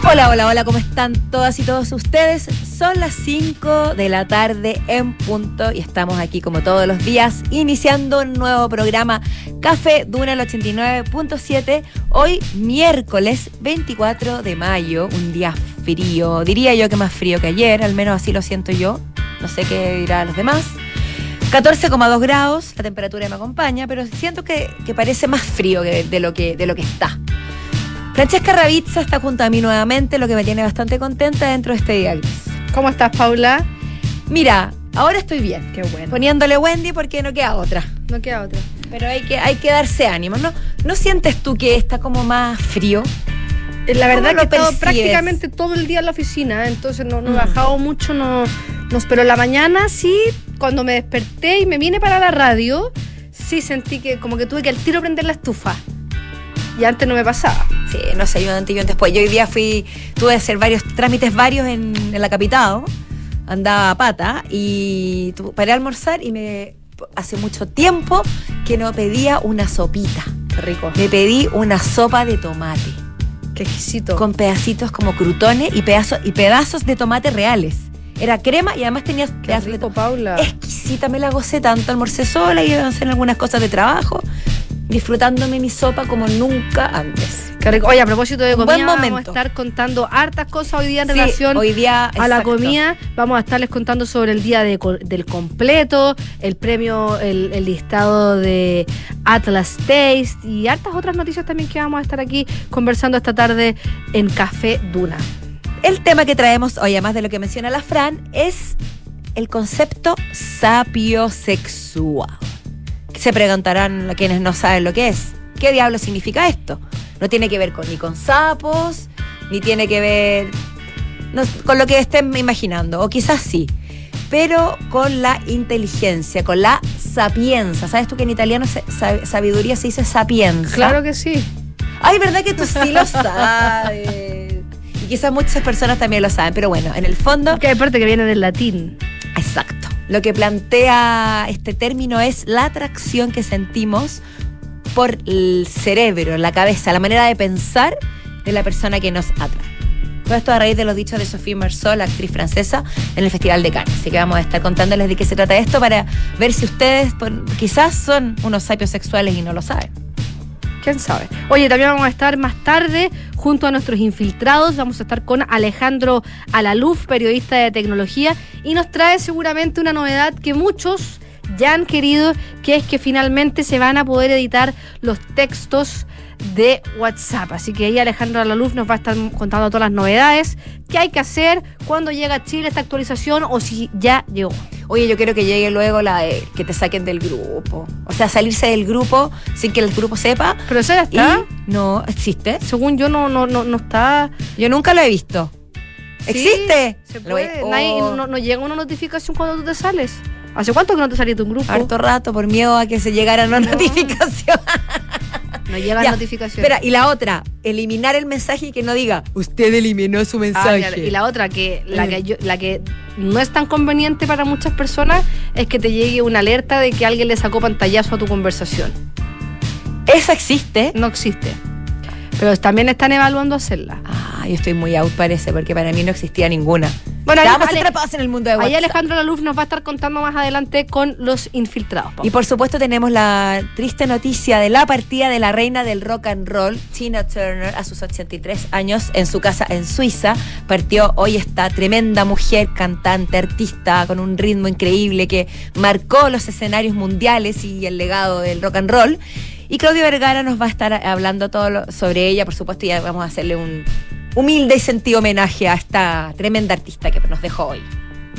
Hola, hola, hola, ¿cómo están todas y todos ustedes? Son las 5 de la tarde en punto y estamos aquí como todos los días iniciando un nuevo programa Café Duna el 89.7. Hoy miércoles 24 de mayo, un día frío, diría yo que más frío que ayer, al menos así lo siento yo, no sé qué dirán los demás. 14,2 grados, la temperatura me acompaña, pero siento que parece más frío de lo que está. Francesca Ravizza está junto a mí nuevamente, lo que me tiene bastante contenta dentro de este día gris. ¿Cómo estás, Paula? Mira, ahora estoy bien. Qué bueno. Poniéndole Wendy porque no queda otra. No queda otra. Pero hay que darse ánimo, ¿no? ¿No sientes tú que está como más frío? La verdad que he estado percibes? prácticamente todo el día en la oficina, entonces no he bajado mucho, pero en la mañana sí, cuando me desperté y me vine para la radio, sí sentí que como que tuve que al tiro prender la estufa. Y antes no me pasaba. Sí, no sé, yo antes y yo después. Yo hoy día tuve que hacer varios trámites en la capital, andaba a pata y paré a almorzar y hace mucho tiempo que no pedía una sopita. Qué rico. Me pedí una sopa de tomate. Qué exquisito. Con pedacitos como crutones y pedazos de tomate reales. Era crema y además tenía pedazos de tomate. Paula. Exquisita, me la gocé tanto. Almorcé sola y iba a hacer algunas cosas de trabajo, disfrutándome mi sopa como nunca antes. Qué rico. Oye, a propósito de comida, vamos a estar contando hartas cosas hoy día en relación a la comida. Vamos a estarles contando sobre el día del completo, el premio, el listado de Atlas Taste y hartas otras noticias también que vamos a estar aquí conversando esta tarde en Café Duna. El tema que traemos hoy, además de lo que menciona la Fran, es el concepto sapiosexual. Se preguntarán a quienes no saben lo que es. ¿Qué diablo significa esto? No tiene que ver ni con sapos, ni tiene que ver con lo que estén imaginando, o quizás sí, pero con la inteligencia, con la sapienza. ¿Sabes tú que en italiano sabiduría se dice sapienza? Claro que sí. Ay, ¿verdad que tú sí lo sabes? Y quizás muchas personas también lo saben, pero bueno, en el fondo... Que hay parte que viene del latín. Exacto. Lo que plantea este término es la atracción que sentimos por el cerebro, la cabeza, la manera de pensar de la persona que nos atrae. Todo esto a raíz de los dichos de Sophie Marceau, la actriz francesa, en el Festival de Cannes. Así que vamos a estar contándoles de qué se trata esto para ver si ustedes quizás son unos sapios sexuales y no lo saben. ¿Quién sabe? Oye, también vamos a estar más tarde junto a nuestros infiltrados. Vamos a estar con Alejandro Alaluf, periodista de tecnología, y nos trae seguramente una novedad que muchos ya han querido, que es que finalmente se van a poder editar los textos de WhatsApp. Así que ahí Alejandro Alaluf nos va a estar contando todas las novedades, qué hay que hacer cuando llega a Chile esta actualización o si ya llegó. Oye, yo quiero que llegue luego la de que te saquen del grupo. O sea, salirse del grupo sin que el grupo sepa. Pero eso ya está. No, ¿existe? Según yo no está. Yo nunca lo he visto. Sí, ¿existe? Se puede. No llega una notificación cuando tú te sales. ¿Hace cuánto que no te saliste de un grupo? Harto rato, por miedo a que se llegara una notificación. No llega notificación. Espera, y la otra, eliminar el mensaje y que no diga, usted eliminó su mensaje. Y la otra, la que no es tan conveniente para muchas personas, es que te llegue una alerta de que alguien le sacó pantallazo a tu conversación. ¿Esa existe? No existe. Pero también están evaluando hacerla. Yo estoy muy out, parece, porque para mí no existía ninguna. Bueno, estábamos atrapados en el mundo de WhatsApp. Ahí Alejandro Alaluf nos va a estar contando más adelante con los infiltrados, Pau. Y por supuesto tenemos la triste noticia de la partida de la reina del rock and roll, Tina Turner, a sus 83 años, en su casa en Suiza. Partió hoy esta tremenda mujer, cantante, artista, con un ritmo increíble que marcó los escenarios mundiales y el legado del rock and roll. Y Claudio Vergara nos va a estar hablando todo sobre ella, por supuesto, y vamos a hacerle un humilde y sentido homenaje a esta tremenda artista que nos dejó hoy.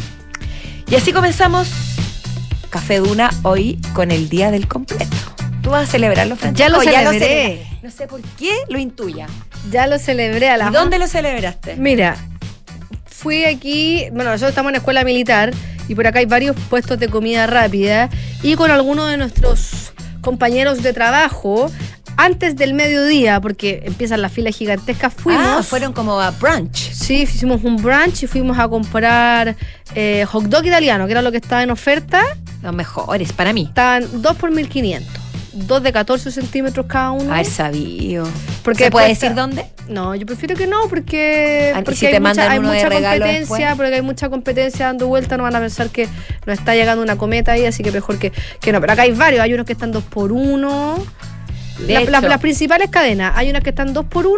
Y así comenzamos Café Duna hoy con el Día del Completo. ¿Tú vas a celebrarlo, Francesco? Ya lo celebré. No sé por qué lo intuya. Ya lo celebré a la... ¿Y dónde lo celebraste? Mira, fui aquí, bueno, nosotros estamos en la escuela militar y por acá hay varios puestos de comida rápida y con algunos de nuestros compañeros de trabajo, antes del mediodía, porque empiezan las filas gigantescas, fueron como a brunch. Sí, hicimos un brunch y fuimos a comprar hot dog italiano, que era lo que estaba en oferta. Los mejores, para mí. Estaban 2 por 1.500. 2 de 14 centímetros cada uno. Haber sabido. Porque ¿Se puede cuesta- decir dónde? No, yo prefiero que no, porque, ¿Y porque si te mandan hay uno de mucha regalo competencia, después? porque hay mucha competencia dando vuelta, no van a pensar que nos está llegando una cometa ahí, así que mejor que no. Pero acá hay varios, hay unos que están 2x1. De hecho. Las principales cadenas, hay unas que están 2x1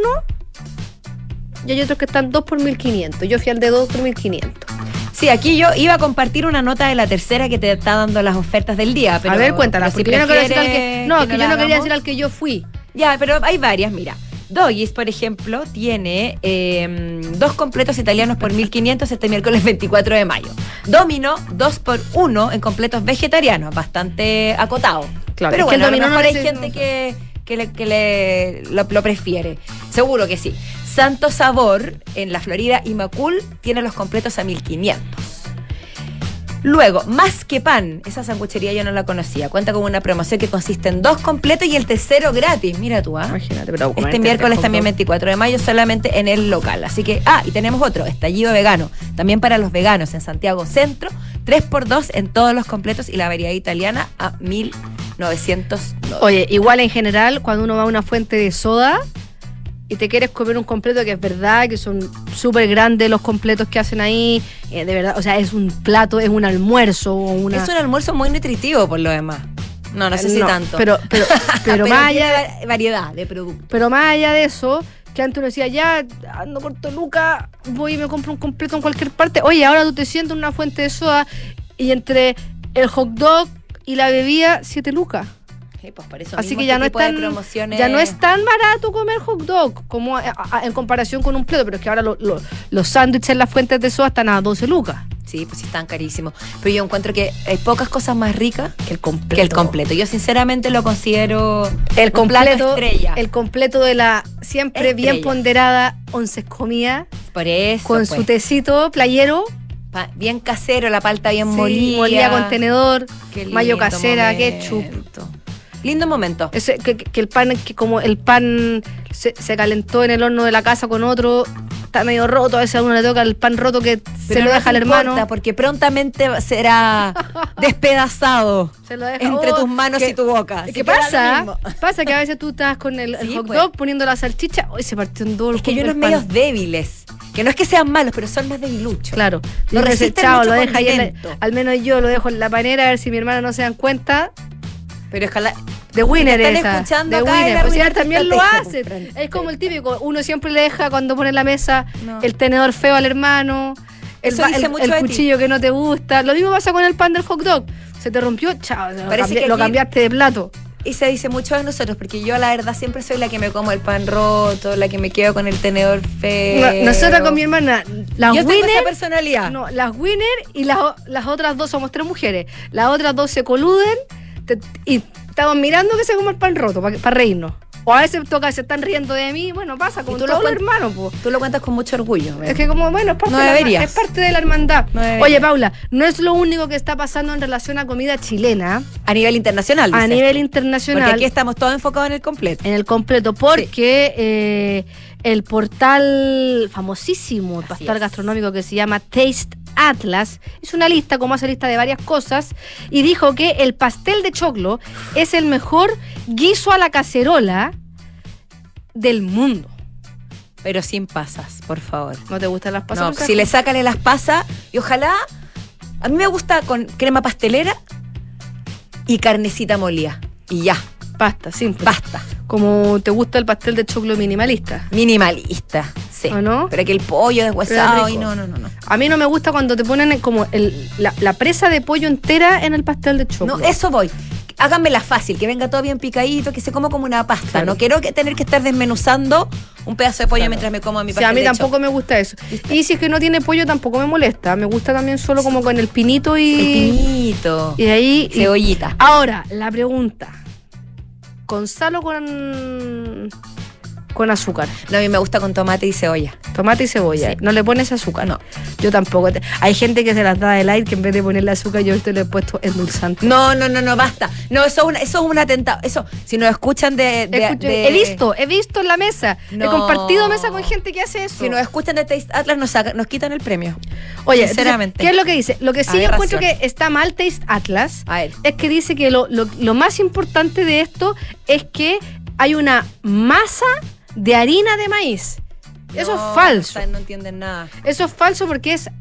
y hay otros que están 2x1500. Yo fui al de 2x1500. Sí, aquí yo iba a compartir una nota de La Tercera que te está dando las ofertas del día. Pero, A ver, cuéntala, pero si porque yo no quería decir al prefieres que. No, que yo la no quería hagamos. decir al que yo fui. Ya, pero hay varias, mira. Doggies, por ejemplo, tiene 2 completos italianos por 1.500 este miércoles 24 de mayo. Domino, 2x1 en completos vegetarianos, bastante acotado. Claro, pero es que el bueno, a lo dominó mejor no hay le- gente lo prefiere. Seguro que sí. Santo Sabor, en la Florida y Macul, tiene los completos a 1.500. Luego, Más que Pan, esa sanguchería yo no la conocía. Cuenta con una promoción que consiste en 2 completos y el tercero gratis. Mira tú, ¿ah? Imagínate, pero Este miércoles también 24 de mayo solamente en el local. Así que, y tenemos otro, estallido vegano. También para los veganos en Santiago Centro, 3x2 en todos los completos y la variedad italiana a 1.909. Oye, igual en general, cuando uno va a una fuente de soda y te quieres comer un completo, que es verdad, que son súper grandes los completos que hacen ahí, de verdad, o sea, es un plato, es un almuerzo o una... Es un almuerzo muy nutritivo por lo demás. No sé si tanto. Pero más allá de, tiene variedad de productos. pero más allá de eso, que antes uno decía, ya, ando por Toluca, voy y me compro un completo en cualquier parte. Oye, ahora tú te sientas en una fuente de soda y entre el hot dog y la bebida, 7 lucas. Sí, pues por eso Así mismo que ya este no, tipo de ya promociones- no es tan barato comer hot dog como en comparación con un plato, pero es que ahora los sándwiches en las fuentes de soda están a 12 lucas. Sí, pues sí están carísimos. Pero yo encuentro que hay pocas cosas más ricas Que el completo. que el completo. Yo sinceramente lo considero El un plato completo, estrella. el completo de la siempre bien Estrella. ponderada 11 comidas, Por eso, con pues, su tecito playero, bien casero, la palta bien sí, molida. con tenedor, Qué mayo lindo casera, momento. ketchup. Lindo momento. Que el pan, que como el pan se calentó en el horno de la casa con otro, está medio roto, a veces a uno le toca el pan roto que se Pero lo no deja te al hermano. importa, porque prontamente será despedazado Se lo deja entre tus manos y tu boca. Así ¿Qué que da lo pasa? mismo. Pasa que a veces tú estás con el Sí, hot pues. dog poniendo la salchicha, hoy se partió en dos. Es que hay el unos pan. medios débiles, que no es que sean malos, pero son más debiluchos. Claro, No lo resisten desechado, mucho lo deja ahí condimento. al menos yo lo dejo en la panera a ver si mi hermano no se dan cuenta. Pero ojalá... De Winner Si te están esa, escuchando de acá, Winner, era pues Winner ella también lo estrategia, hace. comprende. Es como el típico, uno siempre le deja cuando pone en la mesa No. el tenedor feo al hermano, Eso dice mucho el de ti. cuchillo que no te gusta. Lo mismo pasa con el pan del hot dog. Se te rompió, chao, Parece que lo aquí- cambiaste de plato. Y se dice mucho de nosotros, porque yo la verdad siempre soy la que me como el pan roto, la que me quedo con el tenedor feo. Nosotras con mi hermana, las Yo tengo esa Winner, personalidad. no, las Winner y las otras dos, somos 3 mujeres. Las otras 2 se coluden y estamos mirando que se come el pan roto para reírnos. O a veces toca, se están riendo de mí, bueno, pasa con tú todos lo los hermanos, pues. Tú lo cuentas con mucho orgullo. ¿ves? Es que como, bueno, es parte, No de deberías. es parte de la hermandad. No deberías. Oye, Paula, no es lo único que está pasando en relación a comida chilena A nivel internacional, a dices nivel tú. internacional. Porque aquí estamos todos enfocados en el completo. En el completo, porque el portal famosísimo, el Así portal es. gastronómico que se llama Taste Atlas, hizo una lista, como hace lista de varias cosas, y dijo que el pastel de choclo es el mejor guiso a la cacerola del mundo. Pero sin pasas, por favor. ¿No te gustan las pasas? No, si le sácale las pasas y ojalá... A mí me gusta con crema pastelera y carnecita molida. Y ya, Pasta, simple. basta. Como te gusta el pastel de choclo minimalista. Minimalista, sí. ¿O no? Pero que el pollo deshuesado Pero y rico. no. A mí no me gusta cuando te ponen como la presa de pollo entera en el pastel de choclo. No, eso voy. Háganmela fácil, que venga todo bien picadito, que se coma como una pasta. Claro. No quiero tener que estar desmenuzando un pedazo de pollo mientras me como mi Sí, pastel a mí de tampoco choclo. me gusta eso. Y si es que no tiene pollo tampoco me molesta. Me gusta también solo como con el pinito El y pinito. de ahí. Cebollita. Ahora, la pregunta. ¿Con sal o con con azúcar. No, a mí me gusta con tomate y cebolla. Tomate y cebolla. Sí. ¿No le pones azúcar? No. Yo tampoco. Hay gente que se las da de light que en vez de ponerle azúcar yo le he puesto endulzante. No, basta. No, eso es un atentado. Eso, si nos escuchan He visto en la mesa. No. He compartido mesa con gente que hace eso. Si nos escuchan de Taste Atlas, nos quitan el premio. Oye, sinceramente. ¿qué es lo que dice? Lo que sí yo encuentro que está mal Taste Atlas A ver. es que dice que lo más importante de esto es que hay una masa de harina de maíz. Eso es falso. No entienden nada. Eso es falso porque es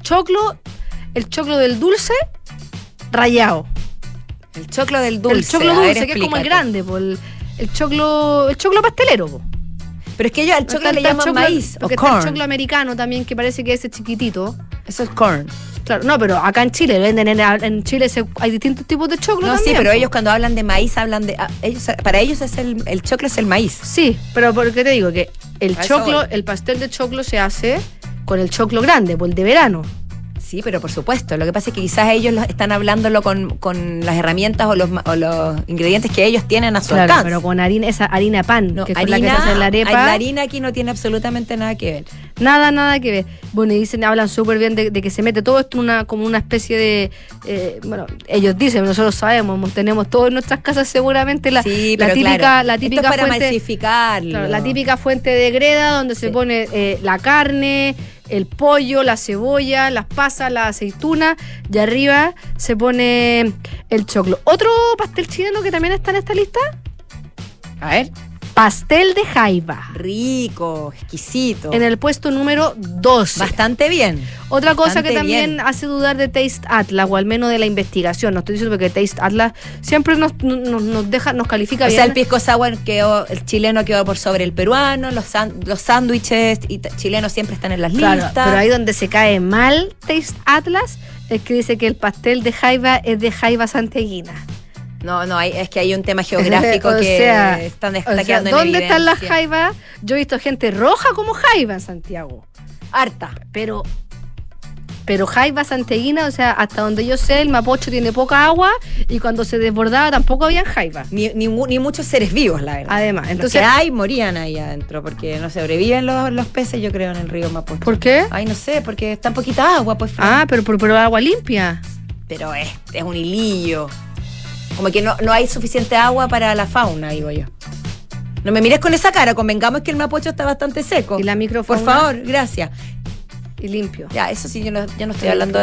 el choclo del dulce rallado. El choclo del dulce. El choclo A ver, dulce, que es como el explícate. grande, po, el choclo pastelero. Po. Pero es que ellos al choclo le Está el llaman choclo- maíz o porque está el corn. choclo americano también, que parece que es ese chiquitito. Eso es corn. Claro, no, pero acá en Chile venden en Chile hay distintos tipos de choclo No, también. sí, pero po. ellos cuando hablan de maíz hablan de... para ellos es el choclo es el maíz. Sí, pero porque te digo que el A eso choclo, voy. el pastel de choclo se hace con el choclo grande, por el de verano. Sí, pero por supuesto. Lo que pasa es que quizás ellos están hablándolo con las herramientas o los ingredientes que ellos tienen a su alcance. pero con harina, esa harina pan, No, que es con la que se hace la arepa. La harina aquí no tiene absolutamente nada que ver. Nada que ver. Bueno, y hablan súper bien de que se mete todo esto como una especie de... bueno, ellos dicen, nosotros sabemos, tenemos todo en nuestras casas seguramente la típica, claro, la típica esto es para fuente... masificarlo. Claro, la típica fuente de greda donde se pone la carne, el pollo, la cebolla, las pasas, la aceituna y arriba se pone el choclo. Otro pastel chileno que también está en esta lista, A ver. pastel de jaiba. Rico, exquisito. En el puesto número 12. Bastante bien. Otra cosa Bastante que también bien. hace dudar de Taste Atlas, o al menos de la investigación. No estoy diciendo que Taste Atlas siempre nos califica O bien. sea, el pisco sour el chileno quedó por sobre el peruano, los sándwiches chilenos siempre están en las Claro, listas. pero ahí donde se cae mal Taste Atlas es que dice que el pastel de jaiba es de jaiba santiaguina. No, es que hay un tema geográfico O que sea, está o sea, quedando en ¿dónde están las evidencia. jaivas? Yo he visto gente roja como jaiba en Santiago. Harta. Pero jaiba santiaguina, o sea, hasta donde yo sé, el Mapocho tiene poca agua y cuando se desbordaba tampoco habían jaiba. Ni muchos seres vivos, la verdad. Además, Los entonces... que hay morían ahí adentro porque no sobreviven los peces, yo creo, en el río Mapocho. ¿Por qué? Ay, no sé, porque está poquita agua, pues. Ah, pero agua limpia. Pero es un hilillo. Como que no hay suficiente agua para la fauna, digo yo. No me mires con esa cara, convengamos que el Mapocho está bastante seco. ¿Y la microfauna? Por favor, gracias. Y limpio. Ya, eso sí, yo no estoy hablando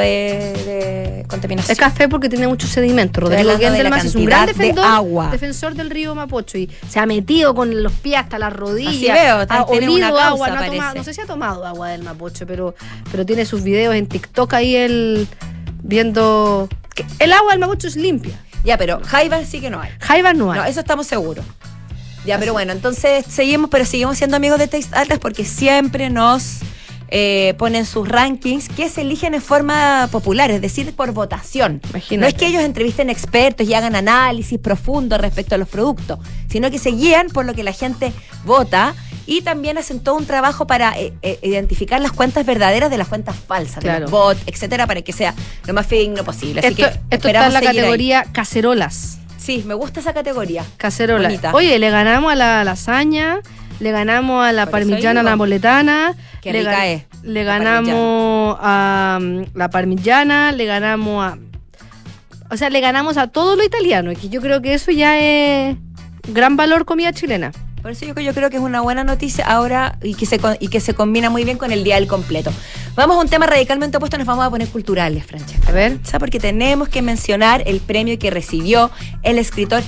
de contaminación. Es café porque tiene mucho sedimento. Estoy Rodrigo hablando de la Gendelman es un gran cantidad de agua. defensor del río Mapocho y se ha metido con los pies hasta las rodillas. Así veo, ha tiene olido una causa, agua, no, parece. no sé si ha tomado agua del Mapocho, pero tiene sus videos en TikTok ahí él viendo que el agua del Mapocho es limpia. Ya, pero jaiba sí que no hay. Jaiba no hay. No, eso estamos seguros. Ya, pero bueno, entonces seguimos siendo amigos de Taste Atlas porque siempre nos ponen sus rankings que se eligen en forma popular, es decir, por votación. Imagínate. No es que ellos entrevisten expertos y hagan análisis profundo respecto a los productos, sino que se guían por lo que la gente vota y también hacen todo un trabajo para identificar las cuentas verdaderas de las cuentas falsas, de Claro. los bots, etcétera, para que sea lo más fidedigno posible. Así Esto que está esperamos en la seguir ahí. categoría cacerolas. Sí, me gusta esa categoría. Cacerolas. Bonita. Oye, le ganamos a la lasaña, le ganamos a la Por eso parmigiana digo. napoletana. Qué rica es, Le la ganamos a la parmigiana, le ganamos a... O sea, le ganamos a todo lo italiano. Y que yo creo que eso ya es gran valor comida chilena. Por eso yo creo que es una buena noticia ahora y que se combina muy bien con el día del completo. Vamos a un tema radicalmente opuesto, nos vamos a poner culturales, Francesca. A ver. ¿Sabes? Porque tenemos que mencionar el premio que recibió el escritor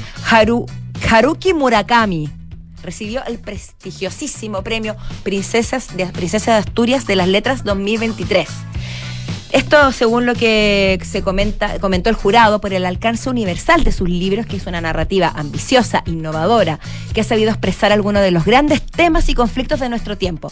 Haruki Murakami. Recibió el prestigiosísimo premio Princesa de Asturias de las Letras 2023. Esto según lo que comentó el jurado por el alcance universal de sus libros, que es una narrativa ambiciosa, innovadora, que ha sabido expresar algunos de los grandes temas y conflictos de nuestro tiempo.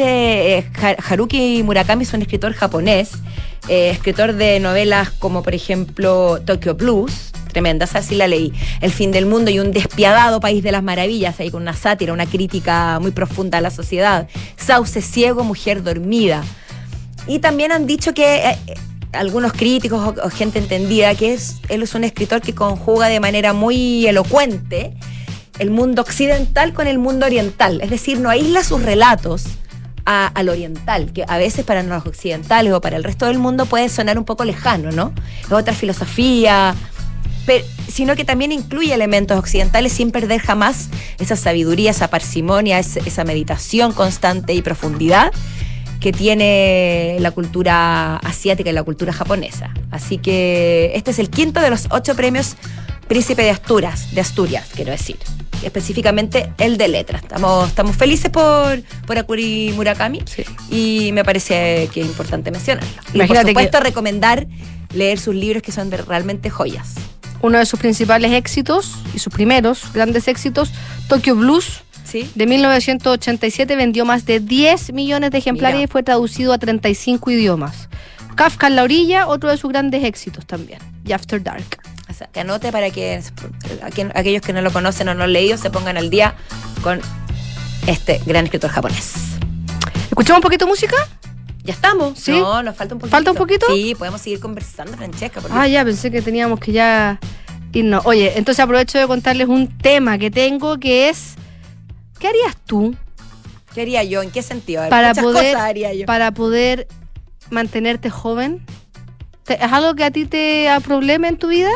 Haruki Murakami es un escritor japonés, escritor de novelas como por ejemplo Tokyo Blues, tremenda, así la leí, El fin del mundo y Un despiadado país de las maravillas, ahí con una sátira, una crítica muy profunda a la sociedad, Sauce ciego, mujer dormida. Y también han dicho que algunos críticos o gente entendida que él es un escritor que conjuga de manera muy elocuente el mundo occidental con el mundo oriental. Es decir, no aísla sus relatos al oriental, que a veces para los occidentales o para el resto del mundo puede sonar un poco lejano, ¿no? Es otra filosofía, sino que también incluye elementos occidentales sin perder jamás esa sabiduría, esa parsimonia, esa meditación constante y profundidad que tiene la cultura asiática y la cultura japonesa. Así que este es el quinto de los 8 premios Príncipe de Asturias, quiero decir. Específicamente el de letras. Estamos felices por Akuri Murakami, sí. Y me parece que es importante mencionarlo. Y por supuesto recomendar leer sus libros, que son realmente joyas. Uno de sus principales éxitos y sus primeros grandes éxitos, Tokyo Blues, ¿sí? De 1987, vendió más de 10 millones de ejemplares. Mira. Y fue traducido a 35 idiomas. Kafka en la orilla, otro de sus grandes éxitos también, y After Dark. O sea, que anote para que aquellos que no lo conocen o no han leído se pongan al día con este gran escritor japonés. ¿Escuchamos un poquito de música? Ya estamos. ¿Sí? No, nos falta un poquito. ¿Falta un poquito? Sí, podemos seguir conversando, Francesca. Ya, pensé que teníamos que ya irnos. Oye, entonces aprovecho de contarles un tema que tengo, que es, ¿qué harías tú? ¿Qué haría yo? ¿En qué sentido? Muchas cosas haría yo. Para poder mantenerte joven. ¿Es algo que a ti te da problema en tu vida?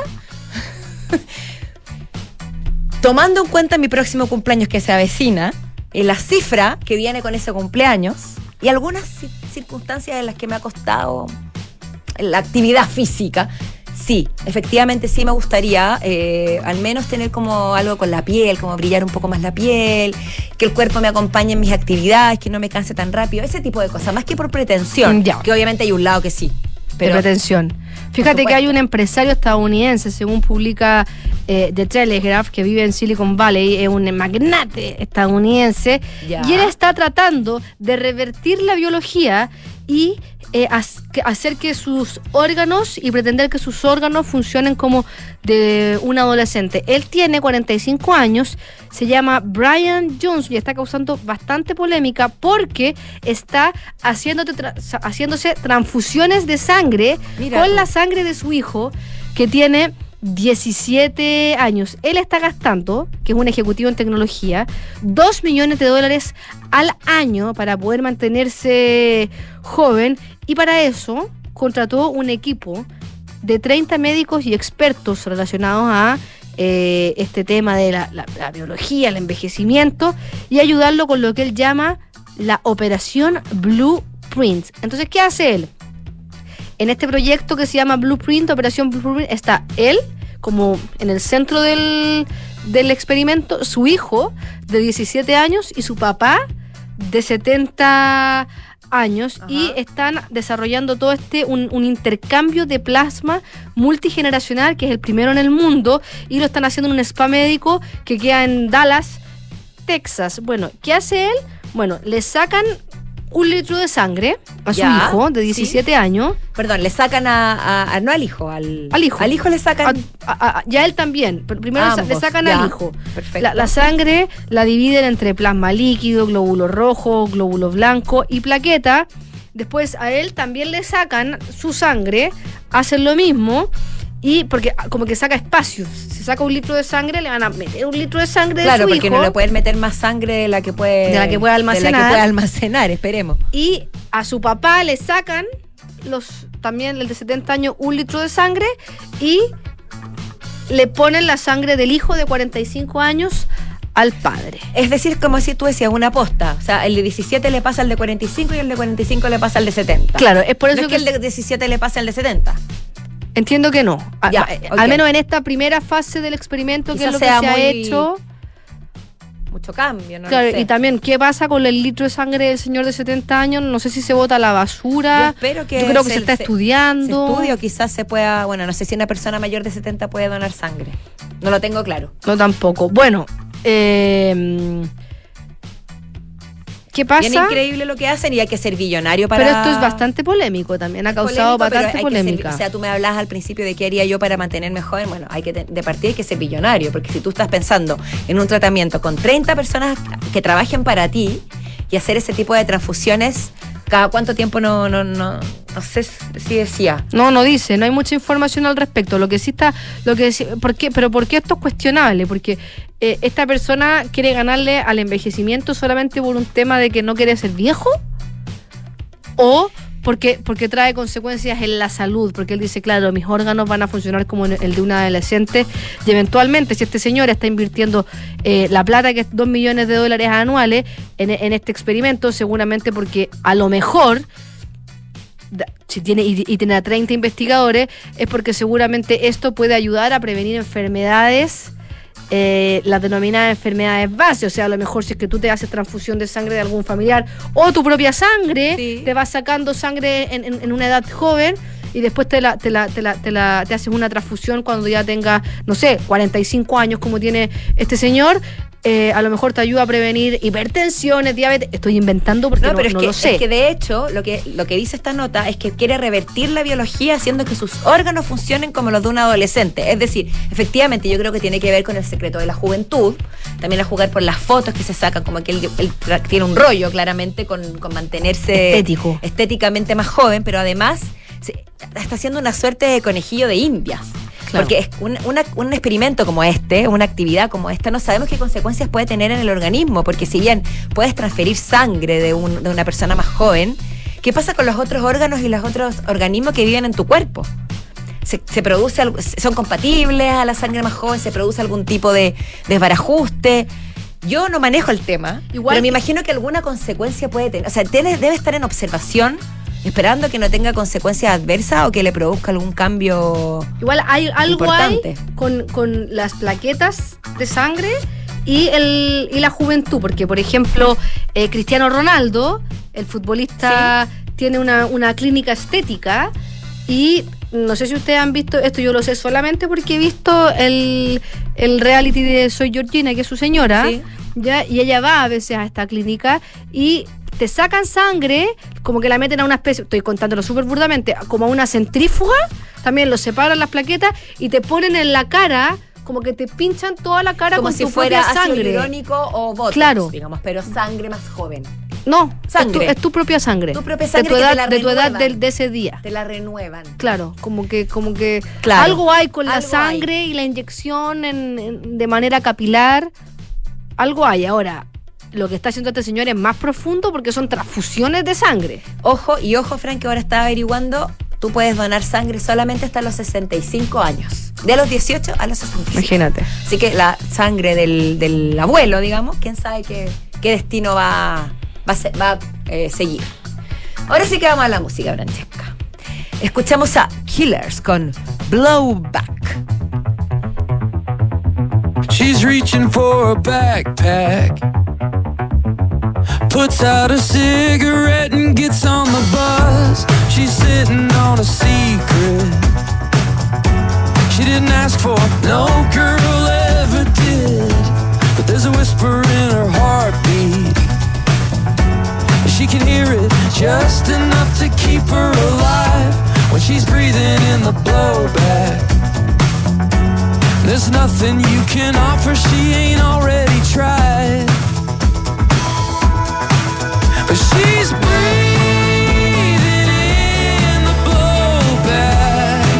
Tomando en cuenta mi próximo cumpleaños que se avecina, y la cifra que viene con ese cumpleaños, y algunas circunstancias en las que me ha costado la actividad física, sí, efectivamente sí me gustaría al menos tener como algo con la piel, como brillar un poco más la piel, que el cuerpo me acompañe en mis actividades, que no me canse tan rápido, ese tipo de cosas, más que por pretensión, que obviamente hay un lado que sí. Pero, de pretensión. Fíjate que hay un empresario estadounidense, según publica The Telegraph, que vive en Silicon Valley, es un magnate estadounidense, y él está tratando de revertir la biología y hacer que sus órganos y pretender que sus órganos funcionen como de un adolescente. Él tiene 45 años, se llama Brian Jones y está causando bastante polémica porque está haciéndose transfusiones de sangre. Mira, con la sangre de su hijo, que tiene 17 años. Él está gastando, que es un ejecutivo en tecnología, $2 millones al año para poder mantenerse joven, y para eso contrató un equipo de 30 médicos y expertos relacionados a este tema de la biología, el envejecimiento, y ayudarlo con lo que él llama la Operación Blueprint. Entonces, ¿qué hace él? En este proyecto que se llama Blueprint, Operación Blueprint, está él como en el centro del experimento, su hijo de 17 años y su papá de 70 años. Ajá. Y están desarrollando todo un intercambio de plasma multigeneracional, que es el primero en el mundo, y lo están haciendo en un spa médico que queda en Dallas, Texas. Bueno, ¿qué hace él? Bueno, le sacan 1 litro de sangre a su hijo de 17 años. Perdón, le sacan no al hijo, al hijo. Al hijo le sacan. Y a él también. Pero primero le sacan al hijo. Perfecto. La sangre la dividen entre plasma líquido, glóbulo rojo, glóbulo blanco y plaqueta. Después a él también le sacan su sangre, hacen lo mismo. Y porque como que saca espacios. Si saca 1 litro de sangre, le van a meter 1 litro de sangre de su hijo. Claro, porque no le pueden meter más sangre de la que puede almacenar, esperemos. Y a su papá le sacan también el de 70 años 1 litro de sangre y le ponen la sangre del hijo de 45 años al padre. Es decir, como si tú decías, una posta. O sea, el de 17 le pasa al de 45 y el de 45 le pasa al de 70. Claro, es por eso no es que el de 17 le pasa al de 70. Entiendo que no. Okay. Al menos en esta primera fase del experimento, quizás que es lo que se ha hecho. Mucho cambio, ¿no? Claro, lo sé. Y también, ¿qué pasa con el litro de sangre del señor de 70 años? No sé si se bota a la basura. Yo espero que Yo creo que se está estudiando. Se estudia, o quizás se pueda. Bueno, no sé si una persona mayor de 70 puede donar sangre. No lo tengo claro. No, tampoco. Bueno, ¿qué pasa? Bien increíble lo que hacen y hay que ser billonario para... Pero esto es bastante polémico también, ha causado bastante polémica. O sea, tú me hablabas al principio de qué haría yo para mantenerme joven. Bueno, de partida hay que ser billonario, porque si tú estás pensando en un tratamiento con 30 personas que trabajen para ti y hacer ese tipo de transfusiones, ¿cada cuánto tiempo no No sé si decía. No dice, no hay mucha información al respecto. Lo que sí está, ¿por qué esto es cuestionable? Porque esta persona quiere ganarle al envejecimiento solamente por un tema de que no quiere ser viejo, o porque trae consecuencias en la salud, porque él dice, claro, mis órganos van a funcionar como el de un adolescente, y eventualmente, si este señor está invirtiendo la plata, que es $2 millones anuales, en este experimento, seguramente porque a lo mejor, si tiene y tiene a 30 investigadores, es porque seguramente esto puede ayudar a prevenir enfermedades, las denominadas enfermedades base. O sea, a lo mejor si es que tú te haces transfusión de sangre de algún familiar, o tu propia sangre, sí, te vas sacando sangre en una edad joven, y después te haces una transfusión cuando ya tengas, no sé, 45 años, como tiene este señor. A lo mejor te ayuda a prevenir hipertensiones, diabetes. Estoy inventando porque no lo sé. Es que de hecho lo que dice esta nota es que quiere revertir la biología haciendo que sus órganos funcionen como los de un adolescente. Es decir, efectivamente yo creo que tiene que ver con el secreto de la juventud, también a jugar por las fotos que se sacan, como que él tiene un rollo claramente con mantenerse estéticamente más joven, pero además está haciendo una suerte de conejillo de indias. Claro. Porque es un experimento como este, una actividad como esta, no sabemos qué consecuencias puede tener en el organismo, porque si bien puedes transferir sangre de una persona más joven, ¿qué pasa con los otros órganos y los otros organismos que viven en tu cuerpo? ¿Son compatibles a la sangre más joven? ¿Se produce algún tipo de desbarajuste? Yo no manejo el tema, pero me imagino que alguna consecuencia puede tener. O sea, debe estar en observación, esperando que no tenga consecuencias adversas o que le produzca algún cambio. Igual hay algo importante con las plaquetas de sangre y la juventud, porque por ejemplo Cristiano Ronaldo, el futbolista, ¿sí?, tiene una clínica estética, y no sé si ustedes han visto esto, yo lo sé solamente porque he visto el reality de Soy Georgina, que es su señora, ¿sí?, ¿ya? Y ella va a veces a esta clínica y te sacan sangre, como que la meten a una especie, estoy contándolo súper burdamente, como a una centrífuga, también lo separan las plaquetas y te ponen en la cara, como que te pinchan toda la cara, como con si tu fuera propia sangre. Ácido hialurónico o botox, claro, digamos, pero sangre más joven. No, es tu propia sangre. Tu propia sangre de tu edad de ese día. Te la renuevan. Claro, como que claro, algo hay con la sangre y la inyección de manera capilar. Algo hay. Ahora, lo que está haciendo este señor es más profundo porque son transfusiones de sangre. Ojo, Frank, que ahora está averiguando, tú puedes donar sangre solamente hasta los 65 años. De los 18 a los 65. Imagínate. Así que la sangre del abuelo, digamos, quién sabe qué destino va a seguir. Ahora sí que vamos a la música, Francesca. Escuchamos a Killers con Blowback. She's reaching for a backpack, puts out a cigarette and gets on the bus. She's sitting on a secret she didn't ask for, no girl ever did. But there's a whisper in her heartbeat, she can hear it just enough to keep her alive when she's breathing in the blowback. There's nothing you can offer she ain't already tried. But she's breathing in the blowback,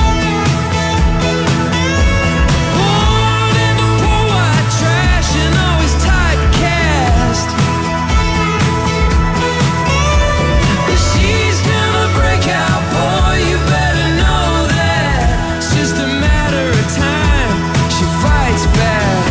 born in the poor white trash and always typecast. But she's gonna break out, boy, you better know that. It's just a matter of time, she fights back.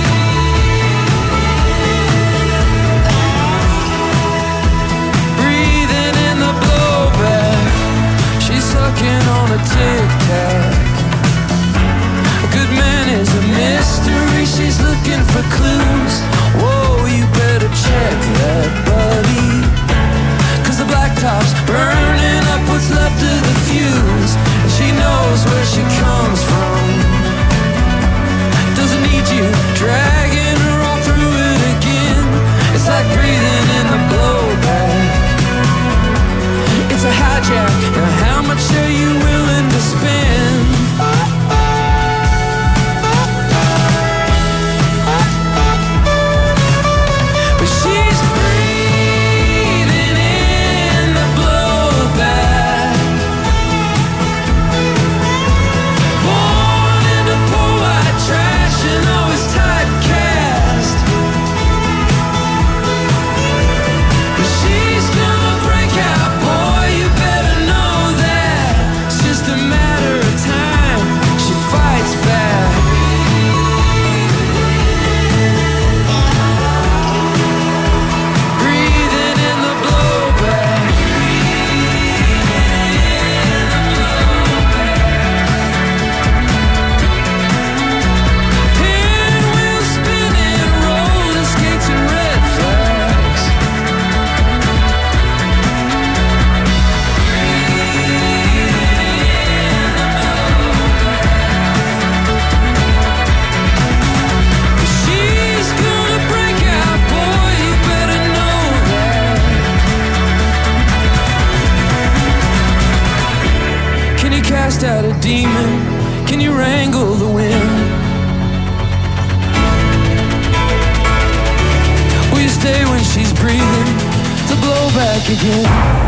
On a tic-tac, a good man is a mystery, she's looking for clues. Whoa, you better check that, buddy, 'cause the blacktop's burning up what's left of the fuse, and she knows where she comes from. Doesn't need you dragging her all through it again. It's like breathing in the blowback. It's a hijack. Now how much are you willing to spend? But she's free. demon? Can you wrangle the wind? Will you stay when she's breathing to blow back again?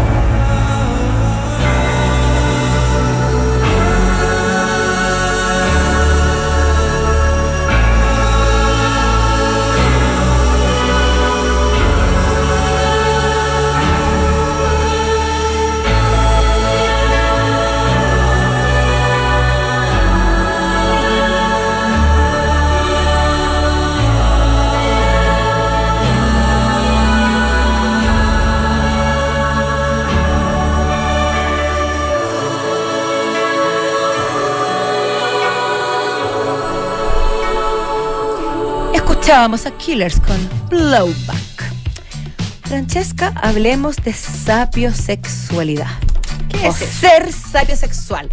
Escuchábamos a Killers con Blowback. Francesca, hablemos de sapiosexualidad. ¿Qué es eso? Ser sapiosexual.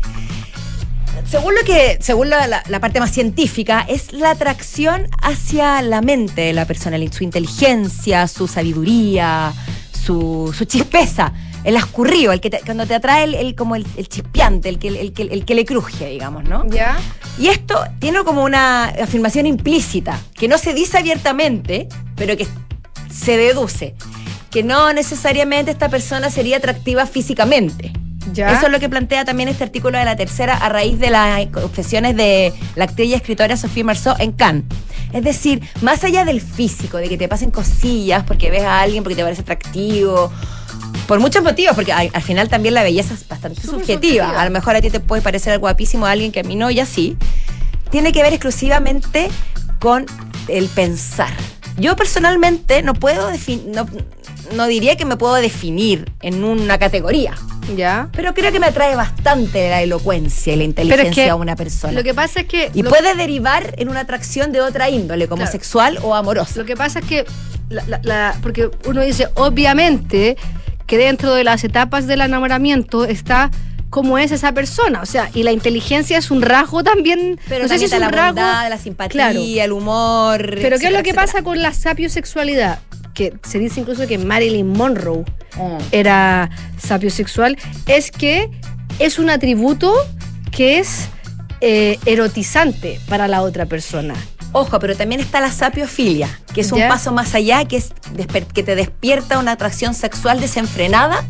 Según la parte más científica, es la atracción hacia la mente de la persona, su inteligencia, su sabiduría, su chispeza, el ascurrido, cuando te atrae el chispeante, el que le cruje, digamos, ¿no? ¿Ya? Y esto tiene como una afirmación implícita, que no se dice abiertamente, pero que se deduce, que no necesariamente esta persona sería atractiva físicamente. ¿Ya? Eso es lo que plantea también este artículo de La Tercera a raíz de las confesiones de la actriz y escritora Sophie Marceau en Cannes. Es decir, más allá del físico, de que te pasen cosillas porque ves a alguien porque te parece atractivo, por muchos motivos, porque al final también la belleza es bastante subjetiva. A lo mejor a ti te puede parecer guapísimo a alguien que a mí no, y así. Tiene que ver exclusivamente con el pensar. Yo personalmente no puedo no diría que me puedo definir en una categoría. ¿Ya? Pero creo que me atrae bastante la elocuencia y la inteligencia a una persona. Lo que pasa es que... Y puede derivar en una atracción de otra índole, como claro, sexual o amorosa. Lo que pasa es que... porque uno dice, obviamente, que dentro de las etapas del enamoramiento está cómo es esa persona. O sea, y la inteligencia es un rasgo también... Pero no sé si es un la rasgo, bondad, la simpatía, claro, el humor... Pero ¿qué es lo que pasa con la sapiosexualidad? Que se dice incluso que Marilyn Monroe era sapiosexual, es que es un atributo que es erotizante para la otra persona. Ojo, pero también está la sapiofilia, que es un paso más allá, que es que te despierta una atracción sexual desenfrenada,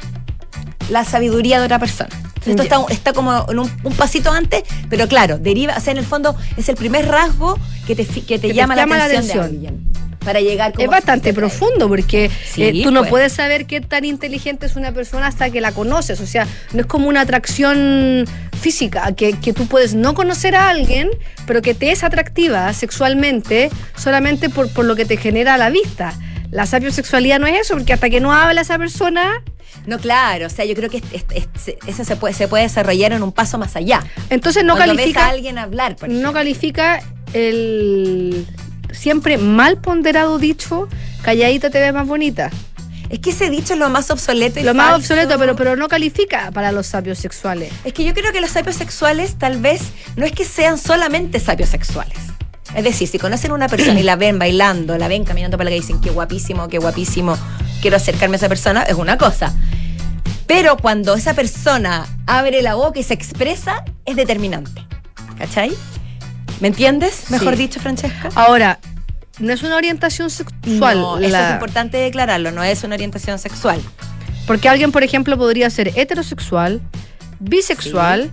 la sabiduría de otra persona. Esto está como en un pasito antes, pero claro, deriva, o sea, en el fondo es el primer rasgo que te llama la atención de alguien. Para llegar como es bastante profundo, porque sí, tú no puedes saber qué tan inteligente es una persona hasta que la conoces. O sea, no es como una atracción física, que tú puedes no conocer a alguien, pero que te es atractiva sexualmente solamente por lo que te genera a la vista. La sapiosexualidad no es eso, porque hasta que no habla esa persona... No, claro, o sea, yo creo que eso se puede desarrollar en un paso más allá. Entonces no cuando califica... ves a alguien hablar, por ejemplo. No califica el... siempre mal ponderado dicho, calladita te ves más bonita. Es que ese dicho es lo más obsoleto y lo falso. Más obsoleto, pero no califica para los sapiosexuales. Es que yo creo que los sapiosexuales tal vez no es que sean solamente sapiosexuales. Es decir, si conocen a una persona y la ven bailando, la ven caminando por la calle y dicen qué guapísimo, quiero acercarme a esa persona, es una cosa. Pero cuando esa persona abre la boca y se expresa, es determinante. ¿Cachai? ¿Me entiendes? Mejor dicho, Francesca. Ahora, no es una orientación sexual. No, eso es importante declararlo, no es una orientación sexual. Porque alguien, por ejemplo, podría ser heterosexual, bisexual,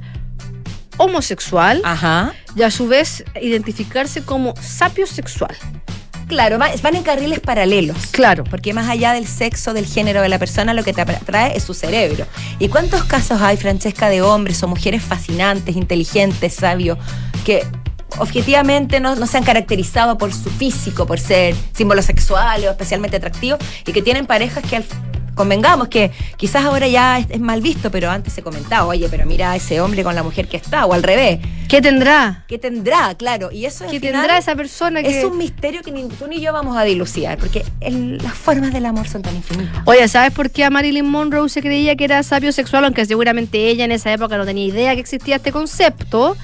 homosexual, y a su vez identificarse como sapiosexual. Claro, van en carriles paralelos. Claro. Porque más allá del sexo, del género de la persona, lo que te atrae es su cerebro. ¿Y cuántos casos hay, Francesca, de hombres o mujeres fascinantes, inteligentes, sabios, que objetivamente no se han caracterizado por su físico, por ser símbolos sexuales o especialmente atractivos, y que tienen parejas que convengamos que quizás ahora ya es mal visto, pero antes se comentaba, oye, pero mira a ese hombre con la mujer que está, o al revés. ¿Qué tendrá? ¿Qué tendrá? Claro. Y eso ¿Qué tendrá esa persona? Es un misterio que ni tú ni yo vamos a dilucidar, porque las formas del amor son tan infinitas. Oye, ¿sabes por qué a Marilyn Monroe se creía que era sapiosexual? Aunque seguramente ella en esa época no tenía idea que existía este concepto.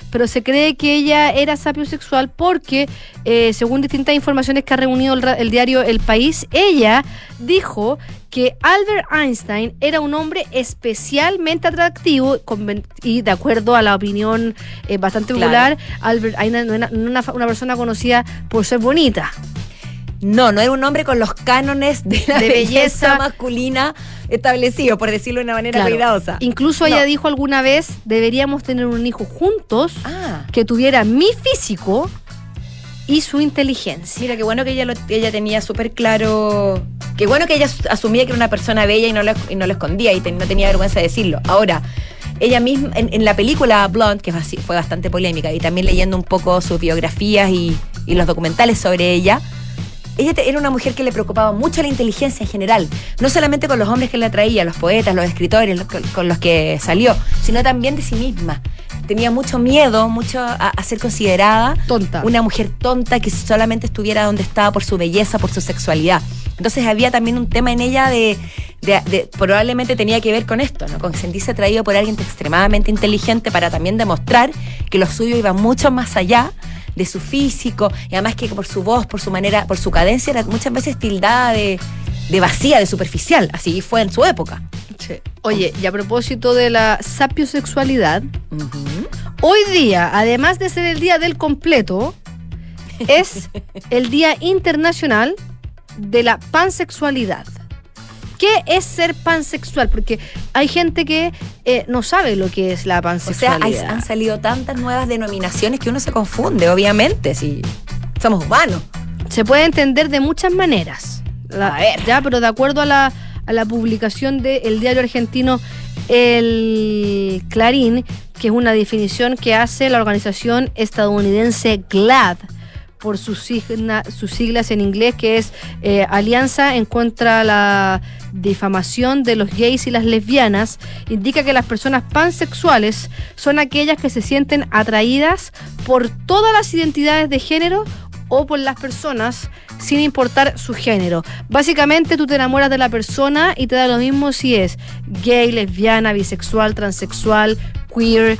pero se cree que ella era sapiosexual porque, según distintas informaciones que ha reunido el diario El País, ella dijo que Albert Einstein era un hombre especialmente atractivo y de acuerdo a la opinión bastante popular, Albert Einstein no era una persona conocida por ser bonita. No era un hombre con los cánones de la belleza masculina establecido, por decirlo de una manera cuidadosa. Incluso ella dijo alguna vez, deberíamos tener un hijo juntos que tuviera mi físico y su inteligencia. Mira, qué bueno que ella tenía súper claro. Qué bueno que ella asumía que era una persona bella y no lo escondía y no tenía vergüenza de decirlo. Ahora, ella misma, en la película Blonde, que fue bastante polémica, y también leyendo un poco sus biografías y los documentales sobre ella era una mujer que le preocupaba mucho la inteligencia en general, no solamente con los hombres que le atraía, los poetas, los escritores con los que salió, sino también de sí misma. Tenía mucho miedo, a ser considerada tonta. Una mujer tonta que solamente estuviera donde estaba por su belleza, por su sexualidad. Entonces había también un tema en ella de probablemente tenía que ver con esto, ¿no? Con sentirse atraído por alguien extremadamente inteligente para también demostrar que lo suyo iba mucho más allá de su físico, y además que por su voz, por su manera, por su cadencia, era muchas veces tildada de vacía, de superficial. Así fue en su época. Sí. Oye, y a propósito de la sapiosexualidad, hoy día, además de ser el día del completo, es el Día Internacional de la Pansexualidad. ¿Qué es ser pansexual? Porque hay gente que no sabe lo que es la pansexualidad. O sea, han salido tantas nuevas denominaciones que uno se confunde, obviamente, si somos humanos. Se puede entender de muchas maneras. Pero de acuerdo a la publicación del diario argentino El Clarín, que es una definición que hace la organización estadounidense GLAAD, por sus siglas en inglés, que es Alianza en contra la difamación de los gays y las lesbianas, indica que las personas pansexuales son aquellas que se sienten atraídas por todas las identidades de género o por las personas sin importar su género. Básicamente tú te enamoras de la persona y te da lo mismo si es gay, lesbiana, bisexual, transexual, queer,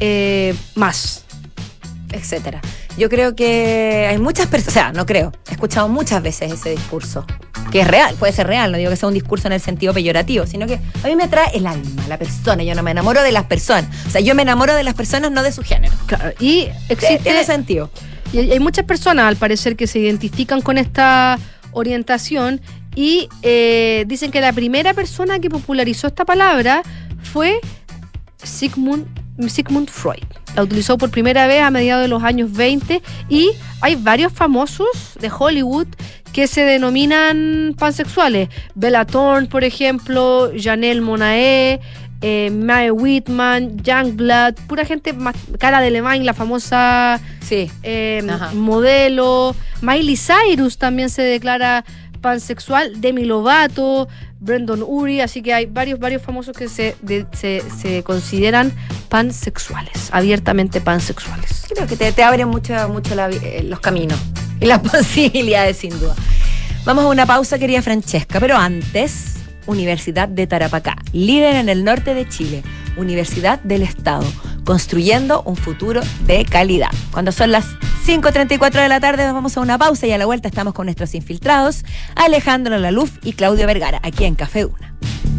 más, etcétera. Yo creo que hay muchas personas, o sea, no creo, he escuchado muchas veces ese discurso, que es real, puede ser real, no digo que sea un discurso en el sentido peyorativo, sino que a mí me atrae el alma, la persona, yo no me enamoro de las personas, o sea, yo me enamoro de las personas, no de su género. Claro, y existe... En ese sentido. Y hay muchas personas, al parecer, que se identifican con esta orientación y dicen que la primera persona que popularizó esta palabra fue Sigmund Freud. La utilizó por primera vez a mediados de los años 20 y hay varios famosos de Hollywood que se denominan pansexuales. Bella Thorne, por ejemplo, Janelle Monáe, Mae Whitman, Youngblood, pura gente más, Cara Delevingne, la famosa modelo. Miley Cyrus también se declara pansexual, Demi Lovato, Brendan Urie, así que hay varios famosos que se consideran pansexuales, abiertamente pansexuales. Creo que te abren mucho los caminos y las posibilidades, sin duda. Vamos a una pausa, querida Francesca, pero antes, Universidad de Tarapacá, líder en el norte de Chile, Universidad del Estado, construyendo un futuro de calidad. Cuando son las 5:34 de la tarde nos vamos a una pausa y a la vuelta estamos con nuestros infiltrados, Alejandro Alaluf y Claudio Vergara, aquí en Café Una.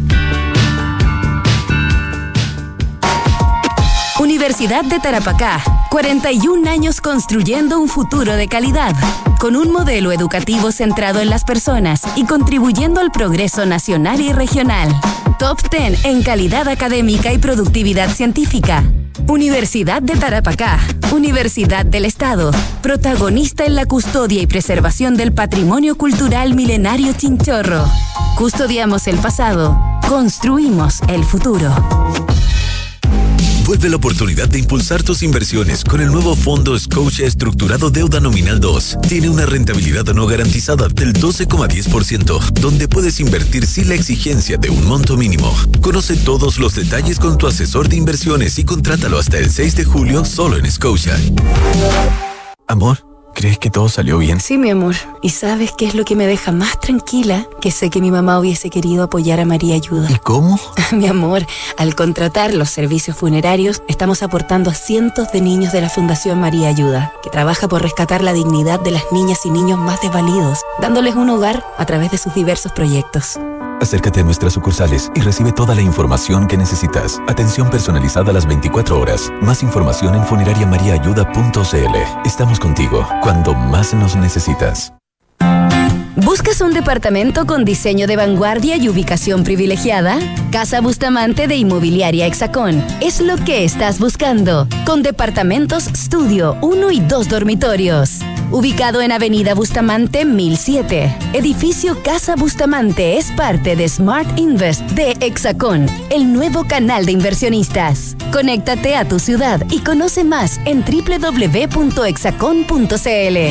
Universidad de Tarapacá, 41 años construyendo un futuro de calidad, con un modelo educativo centrado en las personas y contribuyendo al progreso nacional y regional. Top 10 en calidad académica y productividad científica. Universidad de Tarapacá, Universidad del Estado, protagonista en la custodia y preservación del patrimonio cultural milenario Chinchorro. Custodiamos el pasado, construimos el futuro. Vuelve la oportunidad de impulsar tus inversiones con el nuevo Fondo Scotia Estructurado Deuda Nominal 2. Tiene una rentabilidad no garantizada del 12,10%, donde puedes invertir sin la exigencia de un monto mínimo. Conoce todos los detalles con tu asesor de inversiones y contrátalo hasta el 6 de julio solo en Scotia. Amor, ¿Crees que todo salió bien? Sí, mi amor. ¿Y sabes qué es lo que me deja más tranquila? Que sé que mi mamá hubiese querido apoyar a María Ayuda. ¿Y cómo? Mi amor, al contratar los servicios funerarios, estamos aportando a cientos de niños de la Fundación María Ayuda, que trabaja por rescatar la dignidad de las niñas y niños más desvalidos, dándoles un hogar a través de sus diversos proyectos. Acércate a nuestras sucursales y recibe toda la información que necesitas. Atención personalizada a las 24 horas. Más información en funerariamariaayuda.cl. Estamos contigo cuando más nos necesitas. ¿Buscas un departamento con diseño de vanguardia y ubicación privilegiada? Casa Bustamante de Inmobiliaria Hexacón es lo que estás buscando, con departamentos estudio, 1 y 2 dormitorios. Ubicado en Avenida Bustamante 1007, edificio Casa Bustamante es parte de Smart Invest de Hexacón, el nuevo canal de inversionistas. Conéctate a tu ciudad y conoce más en www.hexacon.cl.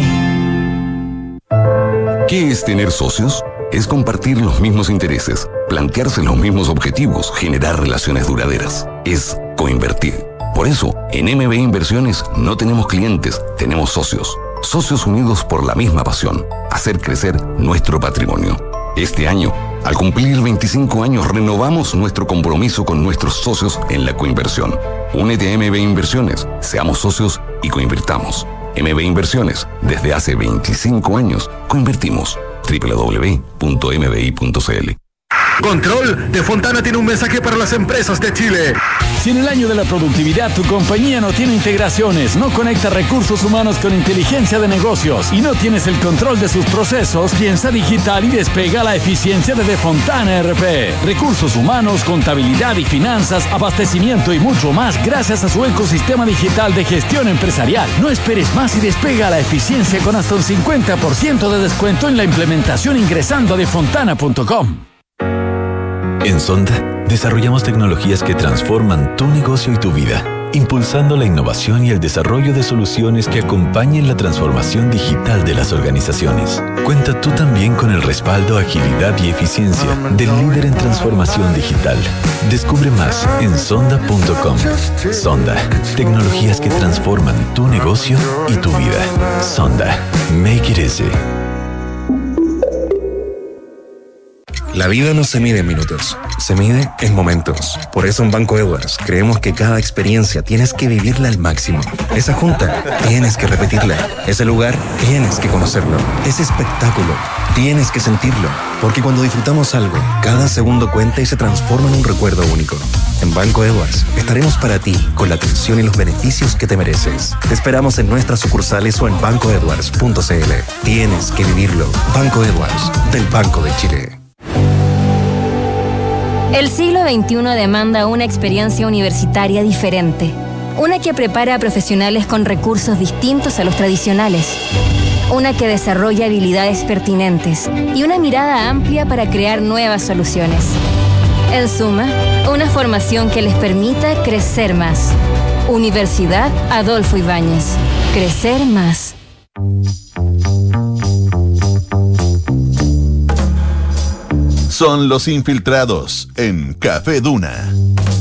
¿Qué es tener socios? Es compartir los mismos intereses, plantearse los mismos objetivos, generar relaciones duraderas. Es coinvertir. Por eso, en MB Inversiones no tenemos clientes, tenemos socios. Socios unidos por la misma pasión, hacer crecer nuestro patrimonio. Este año, al cumplir 25 años, renovamos nuestro compromiso con nuestros socios en la coinversión. Únete a MB Inversiones, seamos socios y coinvirtamos. MB Inversiones, desde hace 25 años, coinvertimos. www.mbi.cl. Control de Fontana tiene un mensaje para las empresas de Chile. Si en el año de la productividad tu compañía no tiene integraciones, no conecta recursos humanos con inteligencia de negocios y no tienes el control de sus procesos, piensa digital y despega la eficiencia de Fontana RP. Recursos humanos, contabilidad y finanzas, abastecimiento y mucho más gracias a su ecosistema digital de gestión empresarial. No esperes más y despega la eficiencia con hasta un 50% de descuento en la implementación ingresando a defontana.com. En Sonda, desarrollamos tecnologías que transforman tu negocio y tu vida, impulsando la innovación y el desarrollo de soluciones que acompañen la transformación digital de las organizaciones. Cuenta tú también con el respaldo, agilidad y eficiencia del líder en transformación digital. Descubre más en sonda.com. Sonda, tecnologías que transforman tu negocio y tu vida. Sonda, make it easy. La vida no se mide en minutos, se mide en momentos. Por eso en Banco Edwards creemos que cada experiencia tienes que vivirla al máximo. Esa junta tienes que repetirla. Ese lugar tienes que conocerlo. Ese espectáculo tienes que sentirlo. Porque cuando disfrutamos algo, cada segundo cuenta y se transforma en un recuerdo único. En Banco Edwards estaremos para ti con la atención y los beneficios que te mereces. Te esperamos en nuestras sucursales o en bancoedwards.cl. Tienes que vivirlo. Banco Edwards, del Banco de Chile. El siglo XXI demanda una experiencia universitaria diferente, una que prepara a profesionales con recursos distintos a los tradicionales, una que desarrolla habilidades pertinentes y una mirada amplia para crear nuevas soluciones. En suma, una formación que les permita crecer más. Universidad Adolfo Ibáñez. Crecer más. Son los infiltrados en Café Duna.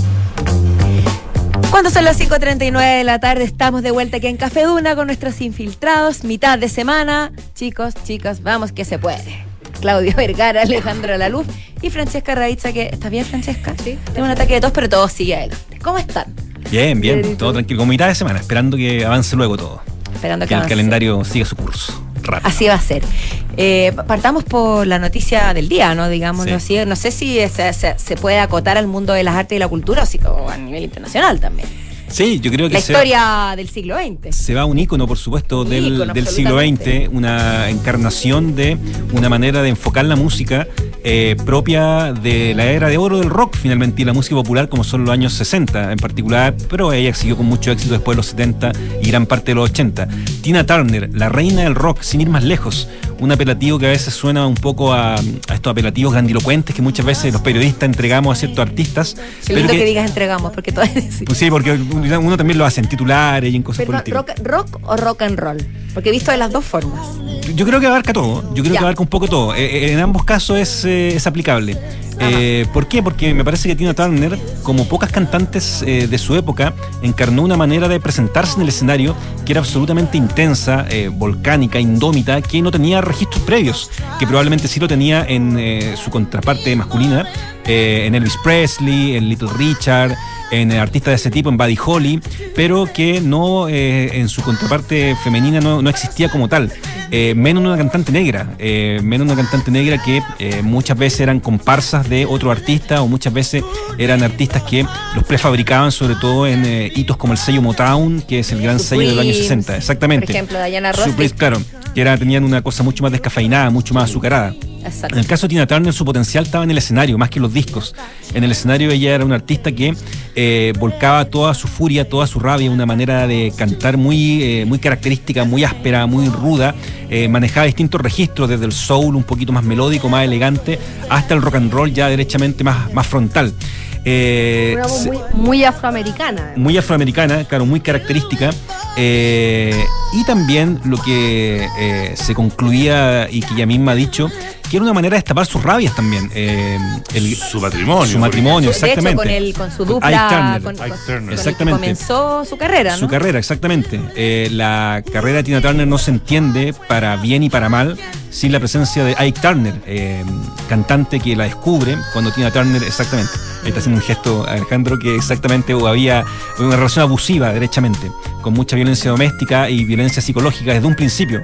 Cuando son las 5:39 de la tarde, estamos de vuelta aquí en Café Duna con nuestros infiltrados, mitad de semana. Chicos, chicas, vamos que se puede. Claudio Vergara, Alejandro Alaluf y Francesca Ravizza, que ¿estás bien, Francesca? Sí. Tengo un ataque de tos, pero todo sigue adelante. ¿Cómo están? Bien, bien, todo tranquilo, como mitad de semana, esperando que avance luego todo. Esperando que el avance. Calendario siga su curso. Rápido. Así va a ser. Partamos por la noticia del día, ¿no? Digámoslo Sí. así. No sé si se puede acotar al mundo de las artes y la cultura o a nivel internacional también. Sí, yo creo que la historia del siglo XX. Se va un ícono, por supuesto, del siglo XX, una encarnación de una manera de enfocar la música propia de la era de oro del rock, finalmente, y la música popular, como son los años 60 en particular, pero ella siguió con mucho éxito después de los 70 y gran parte de los 80. Tina Turner, la reina del rock, sin ir más lejos, un apelativo que a veces suena un poco a estos apelativos grandilocuentes que muchas veces los periodistas entregamos a ciertos artistas. Qué lindo que digas entregamos, porque todo es... Pues sí, porque uno también lo hace en titulares y en cosas políticas. ¿Rock o rock and roll? Porque he visto de las dos formas. Yo creo que abarca todo. Yo creo que abarca un poco todo. En ambos casos es es aplicable. ¿Por qué? Porque me parece que Tina Turner, como pocas cantantes de su época, encarnó una manera de presentarse en el escenario que era absolutamente intensa, volcánica, indómita, que no tenía registros previos, que probablemente sí lo tenía en su contraparte masculina, en Elvis Presley, en Little Richard, en artistas de ese tipo, en Buddy Holly, pero que no en su contraparte femenina no existía como tal. Menos una cantante negra, que muchas veces eran comparsas de otro artista, o muchas veces eran artistas que los prefabricaban, sobre todo en hitos como el sello Motown, que es el gran sello de los años 60. Exactamente. Por ejemplo, Diana Ross. Claro, que tenían una cosa mucho más descafeinada, mucho más azucarada. Exacto. En el caso de Tina Turner, su potencial estaba en el escenario, más que en los discos. En el escenario ella era una artista que volcaba toda su furia, toda su rabia, una manera de cantar muy característica, muy áspera, muy ruda. Manejaba distintos registros, desde el soul un poquito más melódico, más elegante, hasta el rock and roll ya derechamente más frontal. Una voz muy afroamericana. Muy afroamericana, claro, muy característica. Y también lo que se concluía, y que ella misma ha dicho, que era una manera de destapar sus rabias también. Su matrimonio. Su matrimonio, exactamente. De hecho, con su dupla, Ike Turner. Exactamente. Comenzó su carrera, ¿no? Su carrera, exactamente. La carrera de Tina Turner no se entiende, para bien y para mal, sin la presencia de Ike Turner, cantante que la descubre cuando Tina Turner, exactamente, está haciendo un gesto, Alejandro, que exactamente había una relación abusiva, derechamente, con mucha violencia doméstica y violencia psicológica desde un principio.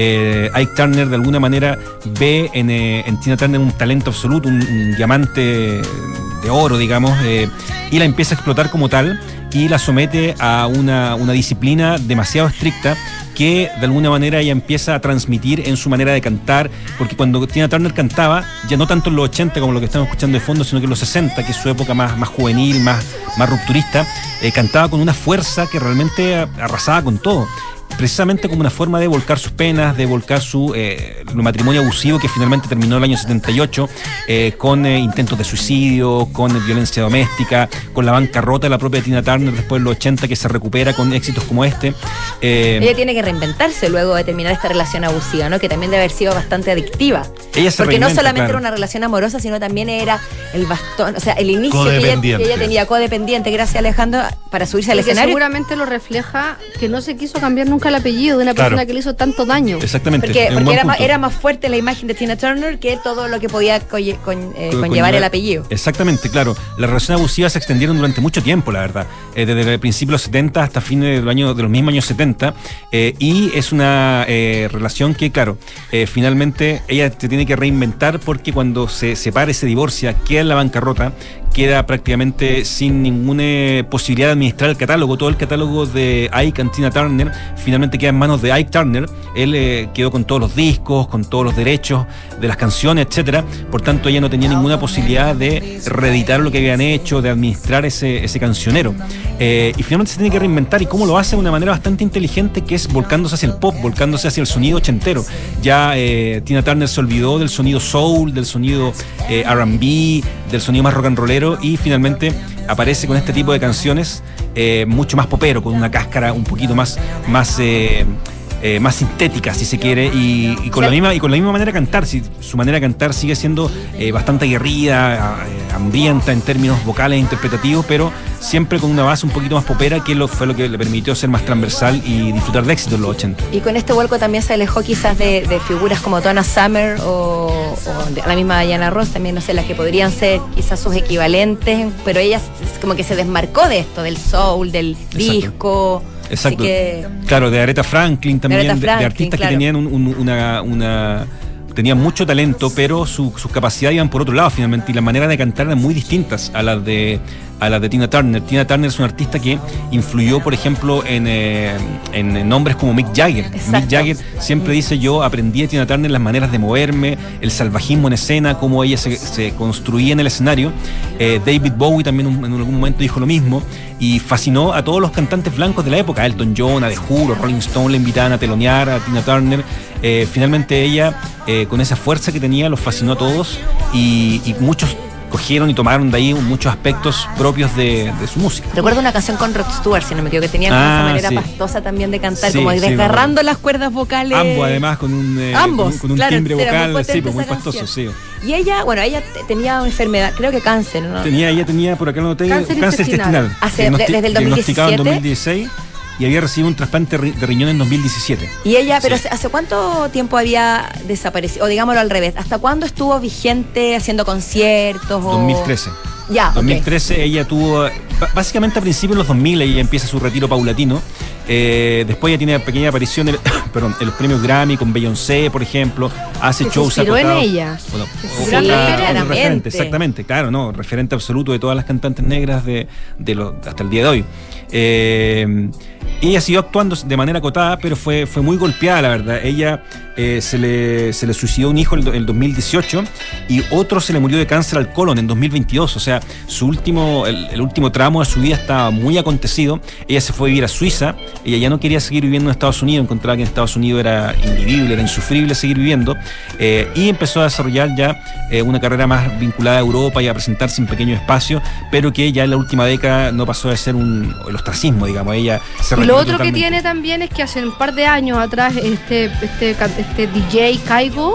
Ike Turner de alguna manera ve en Tina Turner un talento absoluto, un diamante de oro, digamos, y la empieza a explotar como tal, y la somete a una disciplina demasiado estricta, que de alguna manera ella empieza a transmitir en su manera de cantar, porque cuando Tina Turner cantaba, ya no tanto en los 80 como lo que estamos escuchando de fondo, sino que en los 60, que es su época más juvenil, más rupturista, cantaba con una fuerza que realmente arrasaba con todo, precisamente como una forma de volcar sus penas, de volcar su matrimonio abusivo, que finalmente terminó en el año 78, con intentos de suicidio, con violencia doméstica, con la bancarrota de la propia Tina Turner después de los 80, que se recupera con éxitos como este. Ella tiene que reinventarse luego de terminar esta relación abusiva, ¿no? Que también debe haber sido bastante adictiva. Porque no solamente era una relación amorosa, sino también era el bastón, o sea, el inicio que ella tenía, codependiente, gracias Alejandro, para subirse al escenario. Seguramente lo refleja que no se quiso cambiar nunca el apellido de una persona que le hizo tanto daño. Exactamente. Porque era más fuerte la imagen de Tina Turner que todo lo que podía conllevar el apellido. Exactamente, claro. Las relaciones abusivas se extendieron durante mucho tiempo, la verdad. Desde el principio de los 70 hasta fines de los mismos años 70. Y es una relación que, claro, finalmente ella se tiene que reinventar, porque cuando se separa y se divorcia, queda en la bancarrota, queda prácticamente sin ninguna posibilidad de administrar el catálogo. Todo el catálogo de Ike and Tina Turner finalmente queda en manos de Ike Turner. Él quedó con todos los discos, con todos los derechos de las canciones, etcétera. Por tanto, ella no tenía ninguna posibilidad de reeditar lo que habían hecho, de administrar ese cancionero. Y finalmente se tiene que reinventar. ¿Y cómo lo hace? De una manera bastante inteligente, que es volcándose hacia el pop, volcándose hacia el sonido ochentero. Ya Tina Turner se olvidó del sonido soul, del sonido R&B, del sonido más rock and rollero, y finalmente aparece con este tipo de canciones mucho más popero, con una cáscara un poquito más sintética, si se quiere, y con la misma manera de cantar. Su manera de cantar sigue siendo bastante aguerrida, hambrienta en términos vocales e interpretativos, pero siempre con una base un poquito más popera, que fue lo que le permitió ser más transversal y disfrutar de éxito en los 80. Y con este vuelco también se alejó quizás de figuras como Donna Summer o de la misma Diana Ross, también, no sé, las que podrían ser quizás sus equivalentes, pero ella como que se desmarcó de esto, del soul, del disco. Exacto. Claro, de Aretha Franklin también, de artistas, claro, que tenían tenían mucho talento, pero sus capacidades iban por otro lado finalmente, y las maneras de cantar eran muy distintas a las de Tina Turner. Tina Turner es una artista que influyó, por ejemplo, en nombres como Mick Jagger. Exacto. Mick Jagger siempre dice: yo aprendí de Tina Turner las maneras de moverme, el salvajismo en escena, cómo ella se construía en el escenario. David Bowie también en algún momento dijo lo mismo, y fascinó a todos los cantantes blancos de la época. Elton John, a The Who, los Rolling Stones le invitaban a telonear a Tina Turner. Finalmente ella, con esa fuerza que tenía, los fascinó a todos, y muchos cogieron y tomaron de ahí muchos aspectos propios de su música. Recuerdo una canción con Rod Stewart, si no me equivoco, que tenía esa manera pastosa también de cantar, como desgarrando las cuerdas vocales. Ambos, además, con un timbre vocal, muy pastoso, sí. Y ella tenía una enfermedad, creo que cáncer, ¿no? Ella tenía, por acá lo noté, Cáncer intestinal. Desde el 2017. Diagnosticado en 2016 y había recibido un trasplante de riñón en 2017. Y ella, pero ¿hace cuánto tiempo había desaparecido? O digámoslo al revés, ¿hasta cuándo estuvo vigente haciendo conciertos? 2013. Ya, 2013 ella tuvo, básicamente a principios de los 2000 ella empieza su retiro paulatino. Después ella tiene una pequeña aparición en los premios Grammy con Beyoncé, por ejemplo. Hace shows se inspiró en ella. Bueno, claramente. referente, exactamente, claro, no, referente absoluto de todas las cantantes negras hasta el día de hoy. Ella siguió actuando de manera acotada, pero fue muy golpeada, la verdad. Ella se le suicidó un hijo en el 2018 y otro se le murió de cáncer al colon en 2022. O sea, el último tramo de su vida estaba muy acontecido. Ella se fue a vivir a Suiza. Ella ya no quería seguir viviendo en Estados Unidos. Encontraba que en Estados Unidos era invivible, era insufrible seguir viviendo. Y empezó a desarrollar ya una carrera más vinculada a Europa y a presentarse en pequeños espacios, pero que ya en la última década no pasó de ser el ostracismo, digamos. Ella se y lo otro que tiene también es que hace un par de años atrás este DJ Kaigo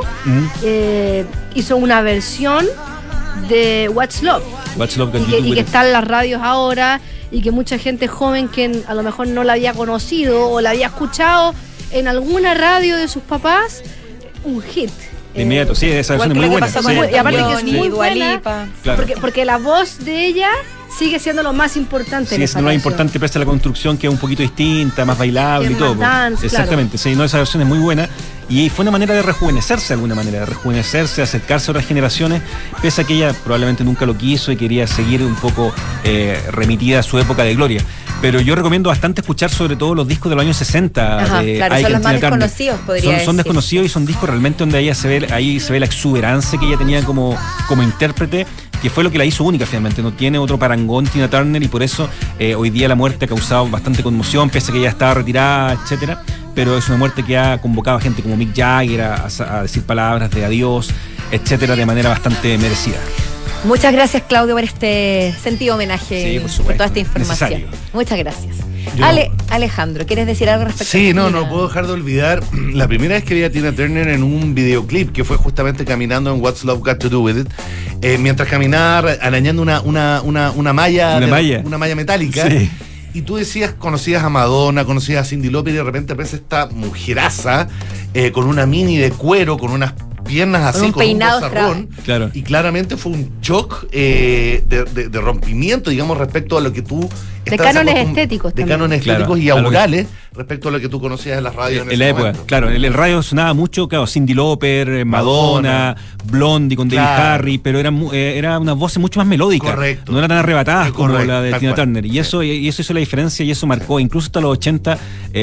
hizo una versión de What's Love y que está en las radios ahora y que mucha gente joven que a lo mejor no la había conocido o la había escuchado en alguna radio de sus papás, un hit. De inmediato, sí, esa versión es muy buena. Y aparte que es muy buena, claro. porque la voz de ella sigue siendo lo más importante. Sigue siendo lo más importante, pese a la construcción que es un poquito distinta, más bailable y todo. Dance, exactamente, claro. Sí, no, esa versión es muy buena y fue una manera de rejuvenecerse de alguna manera, acercarse a otras generaciones, pese a que ella probablemente nunca lo quiso y quería seguir un poco remitida a su época de gloria. Pero yo recomiendo bastante escuchar sobre todo los discos de los años 60. Ajá, claro, son los más desconocidos, podría decir. Son desconocidos y son discos realmente donde ahí se ve la exuberancia que ella tenía como intérprete, que fue lo que la hizo única finalmente. No tiene otro parangón Tina Turner y por eso hoy día la muerte ha causado bastante conmoción, pese a que ella estaba retirada, etcétera. Pero es una muerte que ha convocado a gente como Mick Jagger a decir palabras de adiós, etcétera, de manera bastante merecida. Muchas gracias, Claudio, por este sentido homenaje, por supuesto, toda esta información. Necesario. Muchas gracias. Alejandro, ¿quieres decir algo respecto a Sí, no puedo dejar de olvidar la primera vez que vi a Tina Turner en un videoclip, que fue justamente caminando en What's Love Got to Do With It, mientras caminaba arañando una malla metálica. Sí. Y tú conocías a Madonna, conocías a Cyndi Lauper y de repente aparece esta mujeraza con una mini de cuero, con unas piernas así, con un bozarrón. Claro. Y claramente fue un shock de rompimiento, digamos, respecto a lo que tú... De cánones estéticos también. De cánones estéticos y aurales respecto a lo que tú conocías en las radios en la época. Momento. Claro, en el radio sonaba mucho, claro, Cyndi Lauper, Madonna, Blondie con David Harry, pero era una voz mucho más melódica. Correcto. No era tan arrebatada como la de Tina Turner. Y eso hizo la diferencia y eso marcó incluso hasta los 80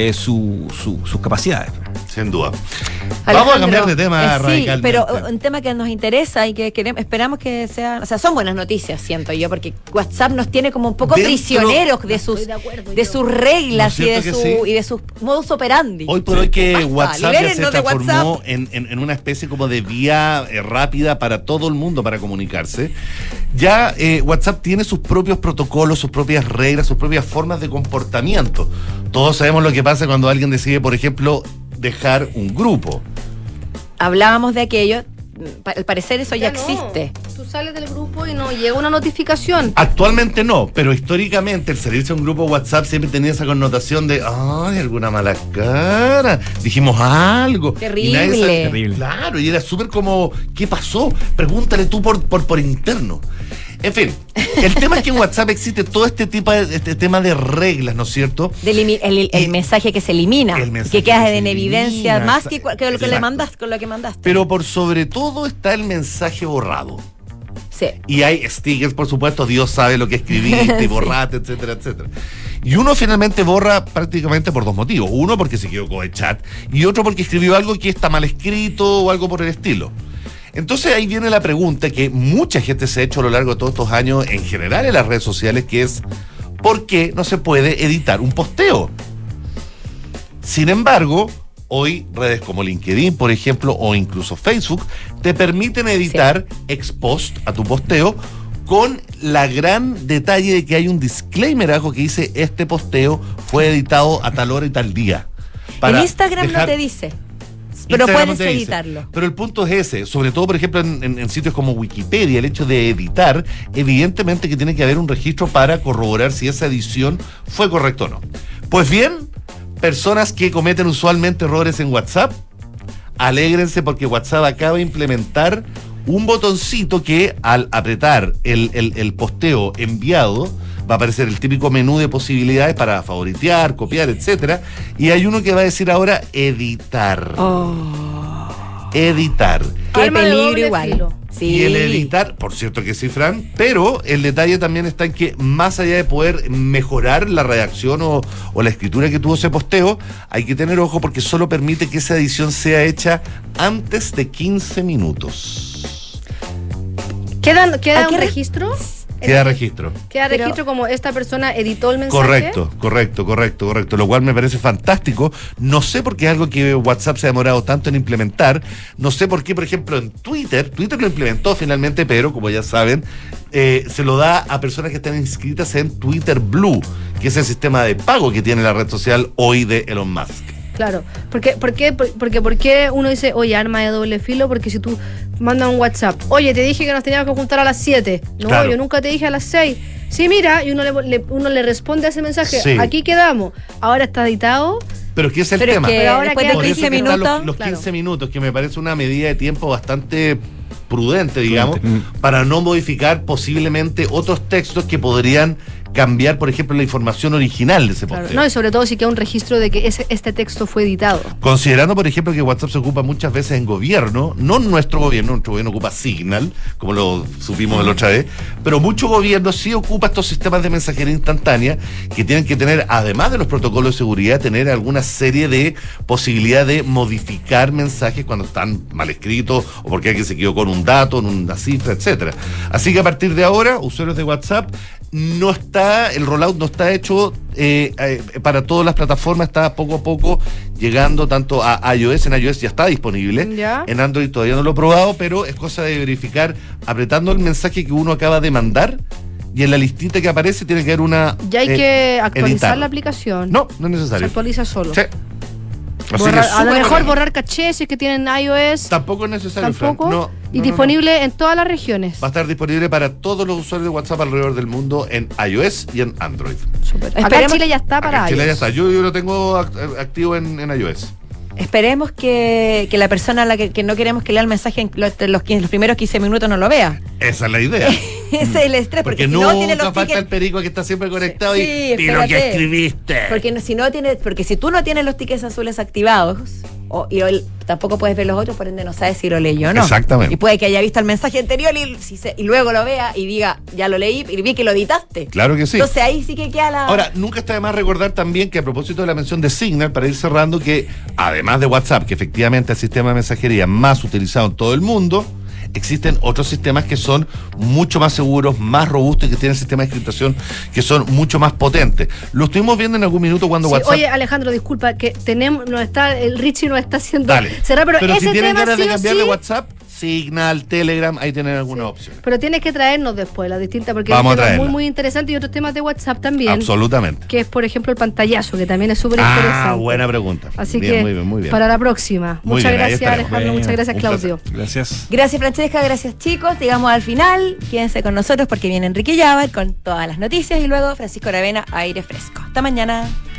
sus capacidades. Sin duda. Alejandro, vamos a cambiar de tema radicalmente. Sí, pero un tema que nos interesa y que esperamos que sea... O sea, son buenas noticias, siento yo, porque WhatsApp nos tiene como un poco prisioneros de sus reglas y de sus modus operandi. Hoy por hoy que WhatsApp ya se transformó en una especie como de vía rápida para todo el mundo para comunicarse. Ya WhatsApp tiene sus propios protocolos, sus propias reglas, sus propias formas de comportamiento. Todos sabemos lo que pasa cuando alguien decide, por ejemplo, dejar un grupo. Hablábamos de aquello. Al parecer eso ya existe. Tú sales del grupo y no llega una notificación. Actualmente no, pero históricamente el salirse a un grupo WhatsApp siempre tenía esa connotación de alguna mala cara, dijimos algo. Terrible. Terrible. Claro, y era súper como, ¿qué pasó? Pregúntale tú por interno. En fin, el tema es que en WhatsApp existe todo este tema de reglas, ¿no es cierto? El mensaje que se elimina, que queda en evidencia más que lo que le mandaste, con lo que mandaste. Pero por sobre todo está el mensaje borrado. Sí. Y hay stickers, por supuesto, Dios sabe lo que escribiste, borraste, etcétera, etcétera. Y uno finalmente borra prácticamente por dos motivos. Uno, porque se equivocó de chat, y otro porque escribió algo que está mal escrito o algo por el estilo. Entonces ahí viene la pregunta que mucha gente se ha hecho a lo largo de todos estos años en general en las redes sociales, que es ¿por qué no se puede editar un posteo? Sin embargo, hoy redes como LinkedIn, por ejemplo, o incluso Facebook, te permiten editar ex post a tu posteo con la gran detalle de que hay un disclaimer abajo que dice este posteo fue editado a tal hora y tal día. En Instagram no te dice. Pero Instagram puedes te dice. editarlo. Pero el punto es ese, sobre todo, por ejemplo, en sitios como Wikipedia, el hecho de editar, evidentemente que tiene que haber un registro para corroborar si esa edición fue correcta o no. Pues bien, personas que cometen usualmente errores en WhatsApp, alégrense porque WhatsApp acaba de implementar un botoncito que al apretar el posteo enviado va a aparecer el típico menú de posibilidades para favoritear, copiar, etcétera, y hay uno que va a decir ahora editar. Editar. Qué Arma de peligro doble igual. filo. Sí. Y el editar, por cierto que sí, Fran, pero el detalle también está en que más allá de poder mejorar la redacción o la escritura que tuvo ese posteo, hay que tener ojo porque solo permite que esa edición sea hecha antes de 15 minutos. ¿Queda ¿A un qué registro? Queda registro. Queda Pero- registro como esta persona editó el mensaje. Correcto. Lo cual me parece fantástico. No sé por qué es algo que WhatsApp se ha demorado tanto en implementar. No sé por qué, por ejemplo, en Twitter lo implementó finalmente, pero como ya saben, se lo da a personas que están inscritas en Twitter Blue, que es el sistema de pago que tiene la red social hoy de Elon Musk. Claro. ¿Por qué uno dice, oye, arma de doble filo? Porque si tú mandas un WhatsApp, oye, te dije que nos teníamos que juntar a las 7. No, Claro. yo nunca te dije a las 6. Sí, mira, y uno le responde a ese mensaje, Sí. aquí quedamos, ahora está editado. Pero ¿qué es el Pero es tema? que Pero ahora después queda- de Por eso 15 que están minutos. los Claro. 15 minutos, que me parece una medida de tiempo bastante prudente, digamos, Prudente. para no modificar posiblemente otros textos que podrían cambiar, por ejemplo, la información original de ese Claro. posteo. No, y sobre todo si queda un registro de que este texto fue editado. Considerando, por ejemplo, que WhatsApp se ocupa muchas veces en gobierno, no nuestro gobierno ocupa Signal, como lo supimos la otra vez, pero muchos gobiernos sí ocupa estos sistemas de mensajería instantánea que tienen que tener, además de los protocolos de seguridad, tener alguna serie de posibilidad de modificar mensajes cuando están mal escritos o porque alguien se equivocó en un dato, en una cifra, etcétera. Así que a partir de ahora, usuarios de WhatsApp, el rollout no está hecho para todas las plataformas, está poco a poco llegando tanto a iOS. En iOS ya está disponible, Ya. en Android todavía no lo he probado, pero es cosa de verificar apretando el mensaje que uno acaba de mandar y en la listita que aparece tiene que haber una Ya hay que actualizar editar. la aplicación. No es Se necesario. actualiza solo. Sí. Así Borrar- que a lo súper mejor bacán. borrar caché si es que tienen iOS. Tampoco es necesario, Tampoco. Fran. No, y no. disponible en todas las regiones. Va a estar disponible para todos los usuarios de WhatsApp alrededor del mundo en iOS y en Android. Súper. Acá en Esperemos- Chile ya está para Acá en Chile ya iOS. está. Yo lo tengo activo en iOS. Esperemos que la persona a la que no queremos que lea el mensaje en los primeros 15 minutos no lo vea. Esa es la idea. Ese es el estrés, porque si nunca no tiene los falta tickets. el perico que está siempre conectado Sí, y lo que espérate. escribiste. Porque si tú no tienes los tickets azules activados, tampoco puedes ver los otros, por ende no sabes si lo leyó o no. Exactamente. Y puede que haya visto el mensaje anterior y luego lo vea y diga, ya lo leí y vi que lo editaste. Claro que sí. Entonces ahí sí que queda la. Ahora, nunca está de más recordar también que a propósito de la mención de Signal, para ir cerrando, que además de WhatsApp, que efectivamente es el sistema de mensajería más utilizado en todo el mundo, existen otros sistemas que son mucho más seguros, más robustos y que tienen sistemas de encriptación que son mucho más potentes. Lo estuvimos viendo en algún minuto cuando Sí, WhatsApp... oye, Alejandro, disculpa, que el Richie nos está haciendo Dale. cerrar, pero si ese tienen tema ganas sí de o cambiar de sí, WhatsApp, Signal, Telegram, ahí tienen alguna opción. pero tienes que traernos después las distintas, porque Vamos a hay temas traerla. muy, muy interesantes y otros temas de WhatsApp también. Absolutamente. Que es, por ejemplo, el pantallazo, que también es súper interesante. Buena pregunta. Así Bien, que, muy bien. para la próxima. Muy Muchas bien, ahí gracias, estaremos. Alejandro. Muchas gracias, Un Claudio. placer. Gracias. Gracias, Francesca, gracias, chicos. Llegamos al final. Quédense con nosotros porque viene Enrique Llávar con todas las noticias y luego Francisco Aravena, aire fresco. Hasta mañana.